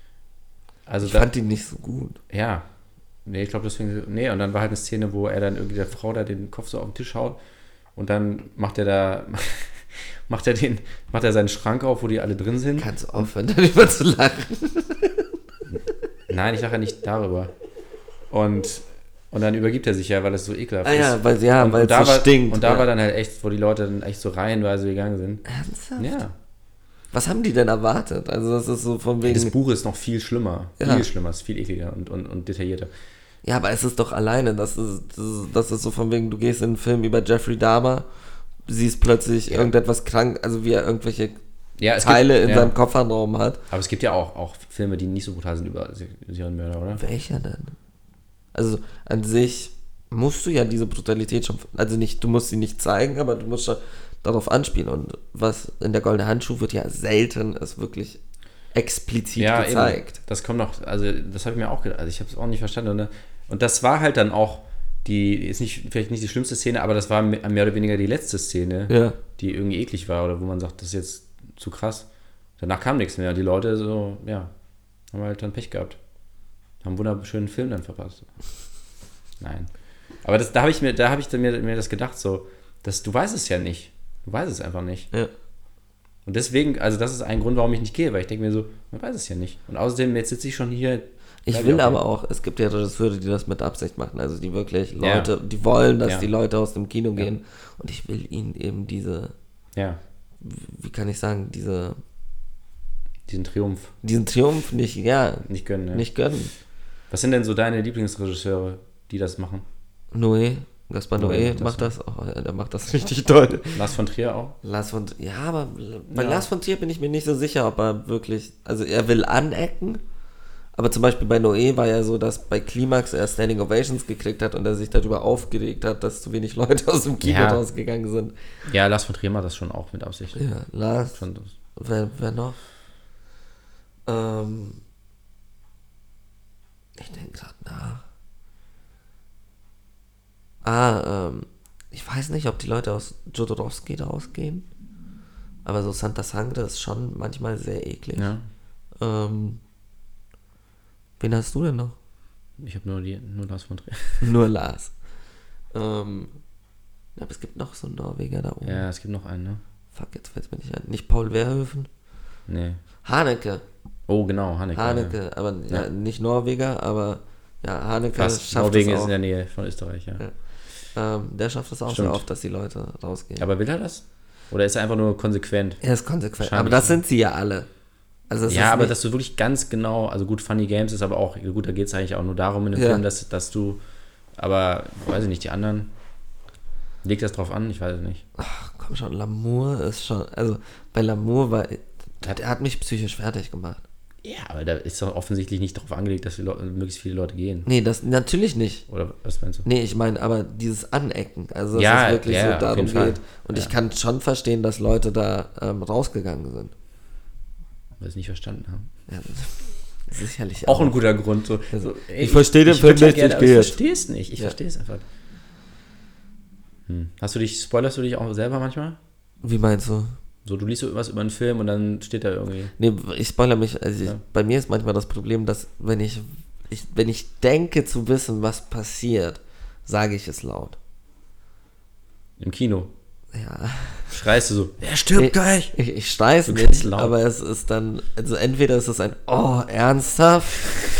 Speaker 3: Also
Speaker 2: Ich
Speaker 3: da,
Speaker 2: fand ihn nicht so gut.
Speaker 3: ja. Nee, ich glaube deswegen, nee, und dann war halt eine Szene, wo er dann irgendwie der Frau da den Kopf so auf den Tisch haut und dann macht er da, macht er den, macht er seinen Schrank auf, wo die alle drin sind.
Speaker 2: Kannst du aufhören, darüber zu lachen?
Speaker 3: Nein, ich lache ja nicht darüber. Und, und dann übergibt er sich ja, weil es so ekelhaft
Speaker 2: Ah
Speaker 3: ist.
Speaker 2: ja, weil, ja,
Speaker 3: und,
Speaker 2: weil
Speaker 3: und
Speaker 2: es
Speaker 3: da
Speaker 2: so
Speaker 3: war,
Speaker 2: stinkt.
Speaker 3: Und da
Speaker 2: ja.
Speaker 3: war dann halt echt, wo die Leute dann echt so reihenweise gegangen sind.
Speaker 2: Ernsthaft?
Speaker 3: Ja.
Speaker 2: Was haben die denn erwartet? Also das ist so von
Speaker 3: Das
Speaker 2: wegen...
Speaker 3: Buch ist noch viel schlimmer.
Speaker 2: Ja.
Speaker 3: Viel schlimmer, ist viel ekliger und, und, und detaillierter.
Speaker 2: Ja, aber es ist doch alleine, das ist, das ist, das ist so von wegen, du gehst in einen Film über Jeffrey Dahmer, siehst plötzlich
Speaker 3: Ja.
Speaker 2: irgendetwas krank, also wie er irgendwelche
Speaker 3: Ja, es
Speaker 2: Teile
Speaker 3: gibt,
Speaker 2: in
Speaker 3: ja.
Speaker 2: seinem Kofferraum hat.
Speaker 3: Aber es gibt ja auch, auch Filme, die nicht so brutal sind über Serienmörder, oder?
Speaker 2: Welcher denn? Also an sich musst du ja diese Brutalität schon, also nicht, du musst sie nicht zeigen, aber du musst schon darauf anspielen. Und was in der goldene Handschuh wird ja selten ist wirklich explizit
Speaker 3: Ja,
Speaker 2: gezeigt.
Speaker 3: eben. Das kommt noch, also das habe ich mir auch gedacht, also ich habe es auch nicht verstanden. Ne? Und das war halt dann auch die, ist nicht, vielleicht nicht die schlimmste Szene, aber das war mehr oder weniger die letzte Szene,
Speaker 2: Ja.
Speaker 3: die irgendwie eklig war oder wo man sagt, das ist jetzt zu krass. Danach kam nichts mehr. Die Leute so, ja, haben halt dann Pech gehabt. Haben einen wunderschönen Film dann verpasst. Nein. Aber das, da habe ich mir, da habe ich mir, mir das gedacht, so, dass du weißt es ja nicht. Du weißt es einfach nicht.
Speaker 2: Ja.
Speaker 3: Und deswegen, also das ist ein Grund, warum ich nicht gehe, weil ich denke mir so, man weiß es ja nicht. Und außerdem, jetzt sitze ich schon hier.
Speaker 2: Ich
Speaker 3: bleib
Speaker 2: will
Speaker 3: auch
Speaker 2: aber
Speaker 3: hier.
Speaker 2: auch, es gibt ja Regisseure, die das mit Absicht machen, also die wirklich
Speaker 3: Ja.
Speaker 2: Leute, die wollen, dass
Speaker 3: Ja.
Speaker 2: die Leute aus dem Kino
Speaker 3: Ja.
Speaker 2: gehen und ich will ihnen eben diese,
Speaker 3: Ja,
Speaker 2: wie kann ich sagen, diese,
Speaker 3: diesen Triumph
Speaker 2: diesen Triumph nicht, ja,
Speaker 3: nicht gönnen. Ja.
Speaker 2: nicht gönnen.
Speaker 3: Was sind denn so deine Lieblingsregisseure, die das machen?
Speaker 2: Noé, Gaspar
Speaker 3: Oh,
Speaker 2: Noé
Speaker 3: macht
Speaker 2: macht
Speaker 3: das,
Speaker 2: das, oh, ja, der macht das richtig toll.
Speaker 3: Lars von Trier auch.
Speaker 2: Lars von, ja, aber bei
Speaker 3: Ja.
Speaker 2: Lars von Trier bin ich mir nicht so sicher, ob er wirklich, also er will anecken, aber zum Beispiel bei Noé war ja so, dass bei Climax er Standing Ovations gekriegt hat und er sich darüber aufgeregt hat, dass zu wenig Leute aus dem Kino
Speaker 3: Ja.
Speaker 2: rausgegangen sind.
Speaker 3: Ja, Lars von Trier macht das schon auch mit Absicht.
Speaker 2: Ja, Lars,
Speaker 3: Schon das.
Speaker 2: wer, wer noch? Ähm, ich denke gerade nach. Ah, ähm, ich weiß nicht, ob die Leute aus Jodorowsky da rausgehen, aber so Santa Sangre ist schon manchmal sehr eklig.
Speaker 3: Ja.
Speaker 2: Ähm, wen hast du denn noch?
Speaker 3: Ich habe nur, die- nur Lars von Trier.
Speaker 2: Nur Lars. Ähm, ja, aber es gibt noch so einen Norweger da oben.
Speaker 3: Ja, es gibt noch einen, ne?
Speaker 2: Fuck, jetzt fällt mir nicht ein. Nicht Paul Verhoeven?
Speaker 3: Nee.
Speaker 2: Haneke.
Speaker 3: Oh, genau, Haneke.
Speaker 2: Haneke,
Speaker 3: Ja.
Speaker 2: aber ja,
Speaker 3: Ja.
Speaker 2: nicht Norweger, aber ja, Haneke
Speaker 3: Fast.
Speaker 2: schafft
Speaker 3: Norwegen
Speaker 2: es
Speaker 3: ist
Speaker 2: auch.
Speaker 3: in der Nähe von Österreich, ja.
Speaker 2: Ja. Ähm, der schafft es auch
Speaker 3: Stimmt.
Speaker 2: sehr oft, dass die Leute rausgehen.
Speaker 3: Aber will er das? Oder ist er einfach nur konsequent?
Speaker 2: er ist konsequent.
Speaker 3: Wahrscheinlich,
Speaker 2: Aber das
Speaker 3: ja.
Speaker 2: sind sie ja alle. Also es
Speaker 3: Ja,
Speaker 2: ist
Speaker 3: aber
Speaker 2: nicht,
Speaker 3: dass du wirklich ganz genau, also gut, Funny Games ist aber auch, gut, da geht es eigentlich auch nur darum in dem
Speaker 2: Ja.
Speaker 3: Film, dass, dass du, aber, weiß ich nicht, die anderen, legt das drauf an, ich weiß es nicht.
Speaker 2: ach, komm schon, L'amour ist schon, also bei L'amour war, der hat mich psychisch fertig gemacht.
Speaker 3: Ja, aber da ist doch offensichtlich nicht darauf angelegt, dass die Leute, möglichst viele Leute gehen.
Speaker 2: Nee, das natürlich nicht.
Speaker 3: Oder was meinst du?
Speaker 2: Nee, ich meine, aber dieses Anecken, also dass
Speaker 3: Ja,
Speaker 2: es wirklich
Speaker 3: ja,
Speaker 2: so
Speaker 3: auf
Speaker 2: darum
Speaker 3: jeden Fall.
Speaker 2: geht. Und
Speaker 3: Ja.
Speaker 2: ich kann schon verstehen, dass Leute da ähm, rausgegangen sind.
Speaker 3: Weil sie es nicht verstanden haben.
Speaker 2: Ja, das- sicherlich
Speaker 3: Auch ein guter Grund. So,
Speaker 2: Also,
Speaker 3: so, ey,
Speaker 2: ich verstehe den
Speaker 3: ich
Speaker 2: Film
Speaker 3: würd ja
Speaker 2: nicht,
Speaker 3: gerne,
Speaker 2: ich
Speaker 3: aber
Speaker 2: gehe
Speaker 3: ich
Speaker 2: jetzt.
Speaker 3: verstehe es nicht. Ich
Speaker 2: Ja.
Speaker 3: verstehe es einfach. Hm. Hast du dich, spoilerst du dich auch selber manchmal?
Speaker 2: Wie meinst du?
Speaker 3: So, du liest so irgendwas über einen Film und dann steht da irgendwie.
Speaker 2: Nee, ich spoilere mich. Also ich,
Speaker 3: Ja.
Speaker 2: bei mir ist manchmal das Problem, dass wenn ich, ich, wenn ich denke zu wissen, was passiert, sage ich es laut.
Speaker 3: Im Kino.
Speaker 2: Ja.
Speaker 3: Schreist du so, er stirbt
Speaker 2: Ich,
Speaker 3: gleich.
Speaker 2: ich, ich schreie es
Speaker 3: Du kannst
Speaker 2: nicht,
Speaker 3: laut.
Speaker 2: aber es ist dann, also entweder ist es ein, oh, ernsthaft?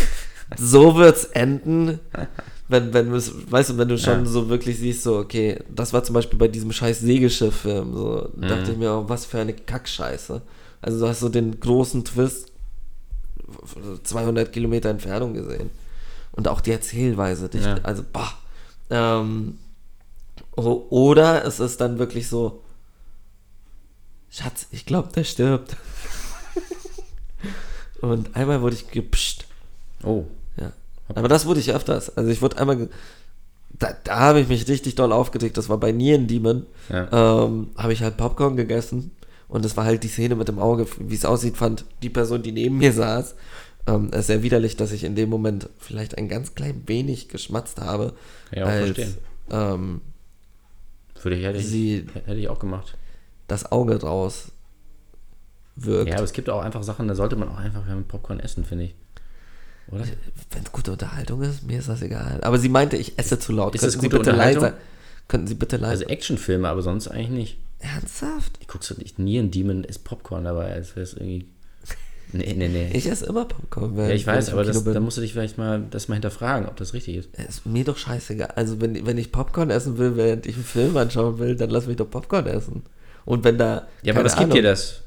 Speaker 2: So wird's enden? Wenn, wenn du es, weißt du, wenn du schon
Speaker 3: Ja.
Speaker 2: so wirklich siehst, so, okay, das war zum Beispiel bei diesem scheiß Segelschiff-Film, so,
Speaker 3: Mhm.
Speaker 2: dachte ich mir, oh, was für eine Kackscheiße. Also du hast so den großen Twist zweihundert Kilometer Entfernung gesehen. Und auch die Erzählweise, dich,
Speaker 3: Ja.
Speaker 2: also, boah. Ähm, o- oder es ist dann wirklich so, Schatz, ich glaube, der stirbt. Und einmal wurde ich gepscht.
Speaker 3: Oh.
Speaker 2: Ja. Aber das wurde ich öfters. Also ich wurde einmal, ge- da, da habe ich mich richtig doll aufgeregt. Das war bei Neon Demon.
Speaker 3: Ja.
Speaker 2: Ähm, habe ich halt Popcorn gegessen. Und es war halt die Szene mit dem Auge, wie es aussieht, fand die Person, die neben mir saß, ähm, es sehr widerlich, dass ich in dem Moment vielleicht ein ganz klein wenig geschmatzt habe.
Speaker 3: Kann ich auch verstehen.
Speaker 2: Ähm,
Speaker 3: Für dich hätte ich,
Speaker 2: Sie-
Speaker 3: hätte ich auch gemacht.
Speaker 2: das Auge raus wirkt.
Speaker 3: Ja, aber es gibt auch einfach Sachen, da sollte man auch einfach mit Popcorn essen, finde ich. Oder?
Speaker 2: Wenn es gute Unterhaltung ist, mir ist das egal. Aber sie meinte, ich esse zu laut.
Speaker 3: Ist
Speaker 2: Könnten
Speaker 3: das
Speaker 2: Sie
Speaker 3: gute
Speaker 2: bitte
Speaker 3: Unterhaltung?
Speaker 2: leiser? Könnten Sie bitte leiser?
Speaker 3: Also Actionfilme, aber sonst eigentlich nicht.
Speaker 2: Ernsthaft?
Speaker 3: Ich guck's nicht, nie ein Demon ist Popcorn dabei, als wäre es irgendwie. Nee, nee, nee.
Speaker 2: Ich esse immer Popcorn. Wenn,
Speaker 3: ja, ich
Speaker 2: wenn
Speaker 3: weiß,
Speaker 2: im
Speaker 3: aber
Speaker 2: Kino
Speaker 3: das,
Speaker 2: bin.
Speaker 3: da musst du dich vielleicht mal das mal hinterfragen, ob das richtig ist.
Speaker 2: Ja, ist mir doch scheißegal. Also wenn, wenn ich Popcorn essen will, während ich einen Film anschauen will, dann lass mich doch Popcorn essen. Und wenn da...
Speaker 3: Ja, aber
Speaker 2: keine
Speaker 3: was gibt
Speaker 2: Ahnung,
Speaker 3: dir das?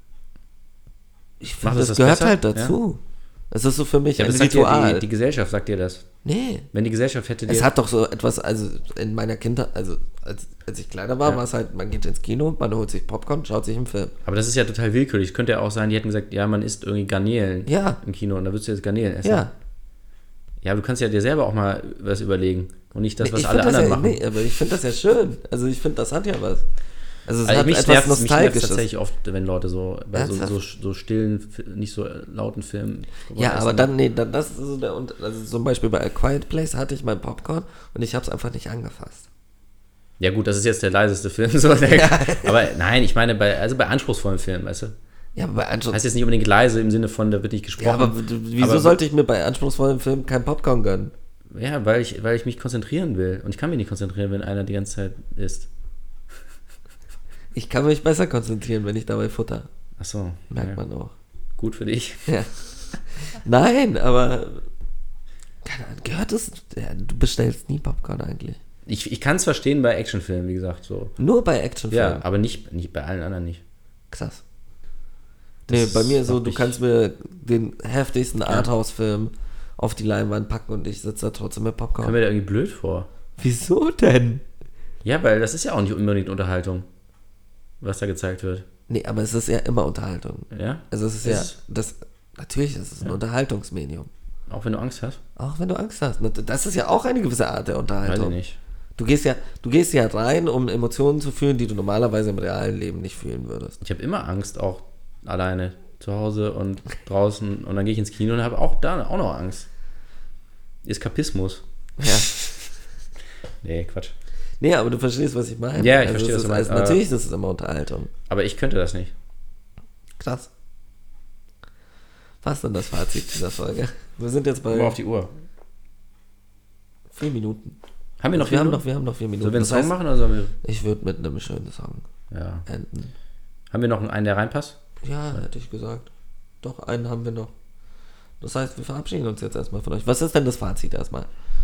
Speaker 2: Ich
Speaker 3: Macht
Speaker 2: finde,
Speaker 3: das
Speaker 2: das,
Speaker 3: das
Speaker 2: gehört
Speaker 3: besser?
Speaker 2: halt dazu. Es ist so für mich
Speaker 3: Ja,
Speaker 2: ein
Speaker 3: aber das sagt ja
Speaker 2: Ritual.
Speaker 3: die, die Gesellschaft, sagt dir das.
Speaker 2: nee.
Speaker 3: Wenn die Gesellschaft hätte dir.
Speaker 2: Es hat doch so etwas, also in meiner Kindheit, also als, als ich kleiner war,
Speaker 3: Ja.
Speaker 2: war es halt, man geht ins Kino, man holt sich Popcorn, schaut sich einen Film.
Speaker 3: aber das ist ja total willkürlich. Könnte ja auch sein, die hätten gesagt, ja, man isst irgendwie Garnelen
Speaker 2: Ja.
Speaker 3: im Kino und da würdest du jetzt Garnelen essen.
Speaker 2: Ja.
Speaker 3: Ja, aber du kannst ja dir selber auch mal was überlegen und nicht das, was
Speaker 2: ich
Speaker 3: alle
Speaker 2: find das
Speaker 3: anderen
Speaker 2: ja,
Speaker 3: machen.
Speaker 2: Nee, aber ich finde das ja schön. Also ich finde, das hat ja was. Also es
Speaker 3: Also
Speaker 2: hat
Speaker 3: mich
Speaker 2: etwas
Speaker 3: nervt mich nervt's
Speaker 2: Nostalgisches.
Speaker 3: tatsächlich oft, wenn Leute so bei so,
Speaker 2: Ernsthaft?
Speaker 3: so, so stillen, nicht so lauten Filmen.
Speaker 2: Ja,
Speaker 3: essen.
Speaker 2: aber dann, nee, dann, das ist so der, und also zum Beispiel bei A Quiet Place hatte ich mein Popcorn und ich habe es einfach nicht angefasst.
Speaker 3: Ja gut, das ist jetzt der leiseste Film. So, der, aber nein, ich meine, bei, also bei anspruchsvollen Filmen, weißt du?
Speaker 2: Ja, aber bei Anspruch,
Speaker 3: Heißt jetzt nicht unbedingt leise im Sinne von, da wird nicht gesprochen.
Speaker 2: ja, aber w- wieso
Speaker 3: Aber-
Speaker 2: sollte ich mir bei anspruchsvollen Filmen kein Popcorn gönnen?
Speaker 3: Ja, weil ich, weil ich mich konzentrieren will. Und ich kann mich nicht konzentrieren, wenn einer die ganze Zeit isst.
Speaker 2: Ich kann mich besser konzentrieren, wenn ich dabei futter.
Speaker 3: Ach so.
Speaker 2: Merkt
Speaker 3: ja.
Speaker 2: man auch.
Speaker 3: Gut für dich.
Speaker 2: Ja. Nein, aber keine Ahnung, gehört es? Ja, du bestellst nie Popcorn eigentlich.
Speaker 3: Ich, ich kann es verstehen bei Actionfilmen, wie gesagt, so.
Speaker 2: Nur bei
Speaker 3: Ja,
Speaker 2: Actionfilmen.
Speaker 3: aber nicht, nicht bei allen anderen nicht.
Speaker 2: Krass.
Speaker 3: Das
Speaker 2: Nee, bei mir
Speaker 3: ist
Speaker 2: so,
Speaker 3: auch
Speaker 2: du
Speaker 3: nicht-
Speaker 2: kannst mir den heftigsten Arthouse-Film auf die Leinwand packen und ich sitze da trotzdem mit Popcorn.
Speaker 3: Kommt mir da irgendwie blöd vor.
Speaker 2: Wieso denn?
Speaker 3: Ja, weil das ist ja auch nicht unbedingt Unterhaltung, was da gezeigt wird.
Speaker 2: Nee, aber es ist ja immer Unterhaltung.
Speaker 3: Ja?
Speaker 2: Also es ist,
Speaker 3: Ist
Speaker 2: ja,
Speaker 3: es?
Speaker 2: das, natürlich ist es ein
Speaker 3: Ja.
Speaker 2: Unterhaltungsmedium.
Speaker 3: Auch wenn du Angst hast?
Speaker 2: Auch wenn du Angst hast. Das ist ja auch eine gewisse Art der
Speaker 3: Weiß ich
Speaker 2: Unterhaltung.
Speaker 3: nicht.
Speaker 2: Du gehst ja, du gehst ja rein, um Emotionen zu fühlen, die du normalerweise im realen Leben nicht fühlen würdest.
Speaker 3: Ich habe immer Angst, auch alleine zu Hause und draußen. Und dann gehe ich ins Kino und habe auch da auch noch Angst. Eskapismus.
Speaker 2: Ja.
Speaker 3: Nee, Quatsch.
Speaker 2: Nee, aber du verstehst, was ich meine.
Speaker 3: Ja, ich
Speaker 2: Also
Speaker 3: verstehe,
Speaker 2: es
Speaker 3: was du
Speaker 2: ist,
Speaker 3: meinst,
Speaker 2: Also
Speaker 3: aber-
Speaker 2: natürlich ist es immer Unterhaltung.
Speaker 3: Aber ich könnte das nicht.
Speaker 2: Krass. Was ist denn das Fazit dieser Folge? Wir sind jetzt
Speaker 3: Mal
Speaker 2: bei
Speaker 3: auf die Uhr.
Speaker 2: vier Minuten.
Speaker 3: Haben wir noch
Speaker 2: wir
Speaker 3: vier
Speaker 2: haben
Speaker 3: Minuten?
Speaker 2: noch, wir haben noch vier Minuten.
Speaker 3: Sollen wir einen
Speaker 2: Das
Speaker 3: Song
Speaker 2: heißt,
Speaker 3: machen oder sollen wir...
Speaker 2: ich würde mit einem schönen Song
Speaker 3: Ja.
Speaker 2: enden.
Speaker 3: Haben wir noch einen, der reinpasst?
Speaker 2: Ja, hätte ich gesagt. Doch, einen haben wir noch. Das heißt, wir verabschieden uns jetzt erstmal von euch. Was ist denn das Fazit erstmal?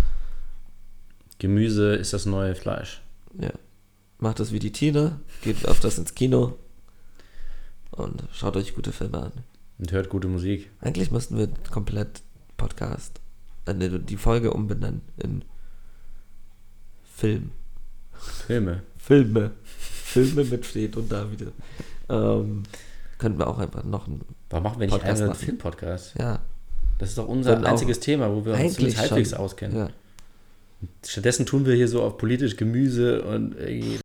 Speaker 3: Gemüse ist das neue Fleisch.
Speaker 2: Ja. Macht es wie die Tiere, geht auf das ins Kino und schaut euch gute Filme an.
Speaker 3: Und hört gute Musik.
Speaker 2: Eigentlich müssten wir komplett Podcast, äh, ne, die Folge umbenennen in Film.
Speaker 3: Filme.
Speaker 2: Filme. Filme mit Fred und David. Ähm, könnten wir auch einfach noch einen.
Speaker 3: Warum machen wir nicht
Speaker 2: Podcast
Speaker 3: einen
Speaker 2: machen.
Speaker 3: Filmpodcast?
Speaker 2: Ja.
Speaker 3: Das ist doch unser
Speaker 2: Können auch-
Speaker 3: einziges Thema, wo wir uns
Speaker 2: Eigentlich
Speaker 3: zumindest halbwegs
Speaker 2: schon.
Speaker 3: auskennen.
Speaker 2: Ja.
Speaker 3: Stattdessen tun wir hier so auf politisch Gemüse und irgendwie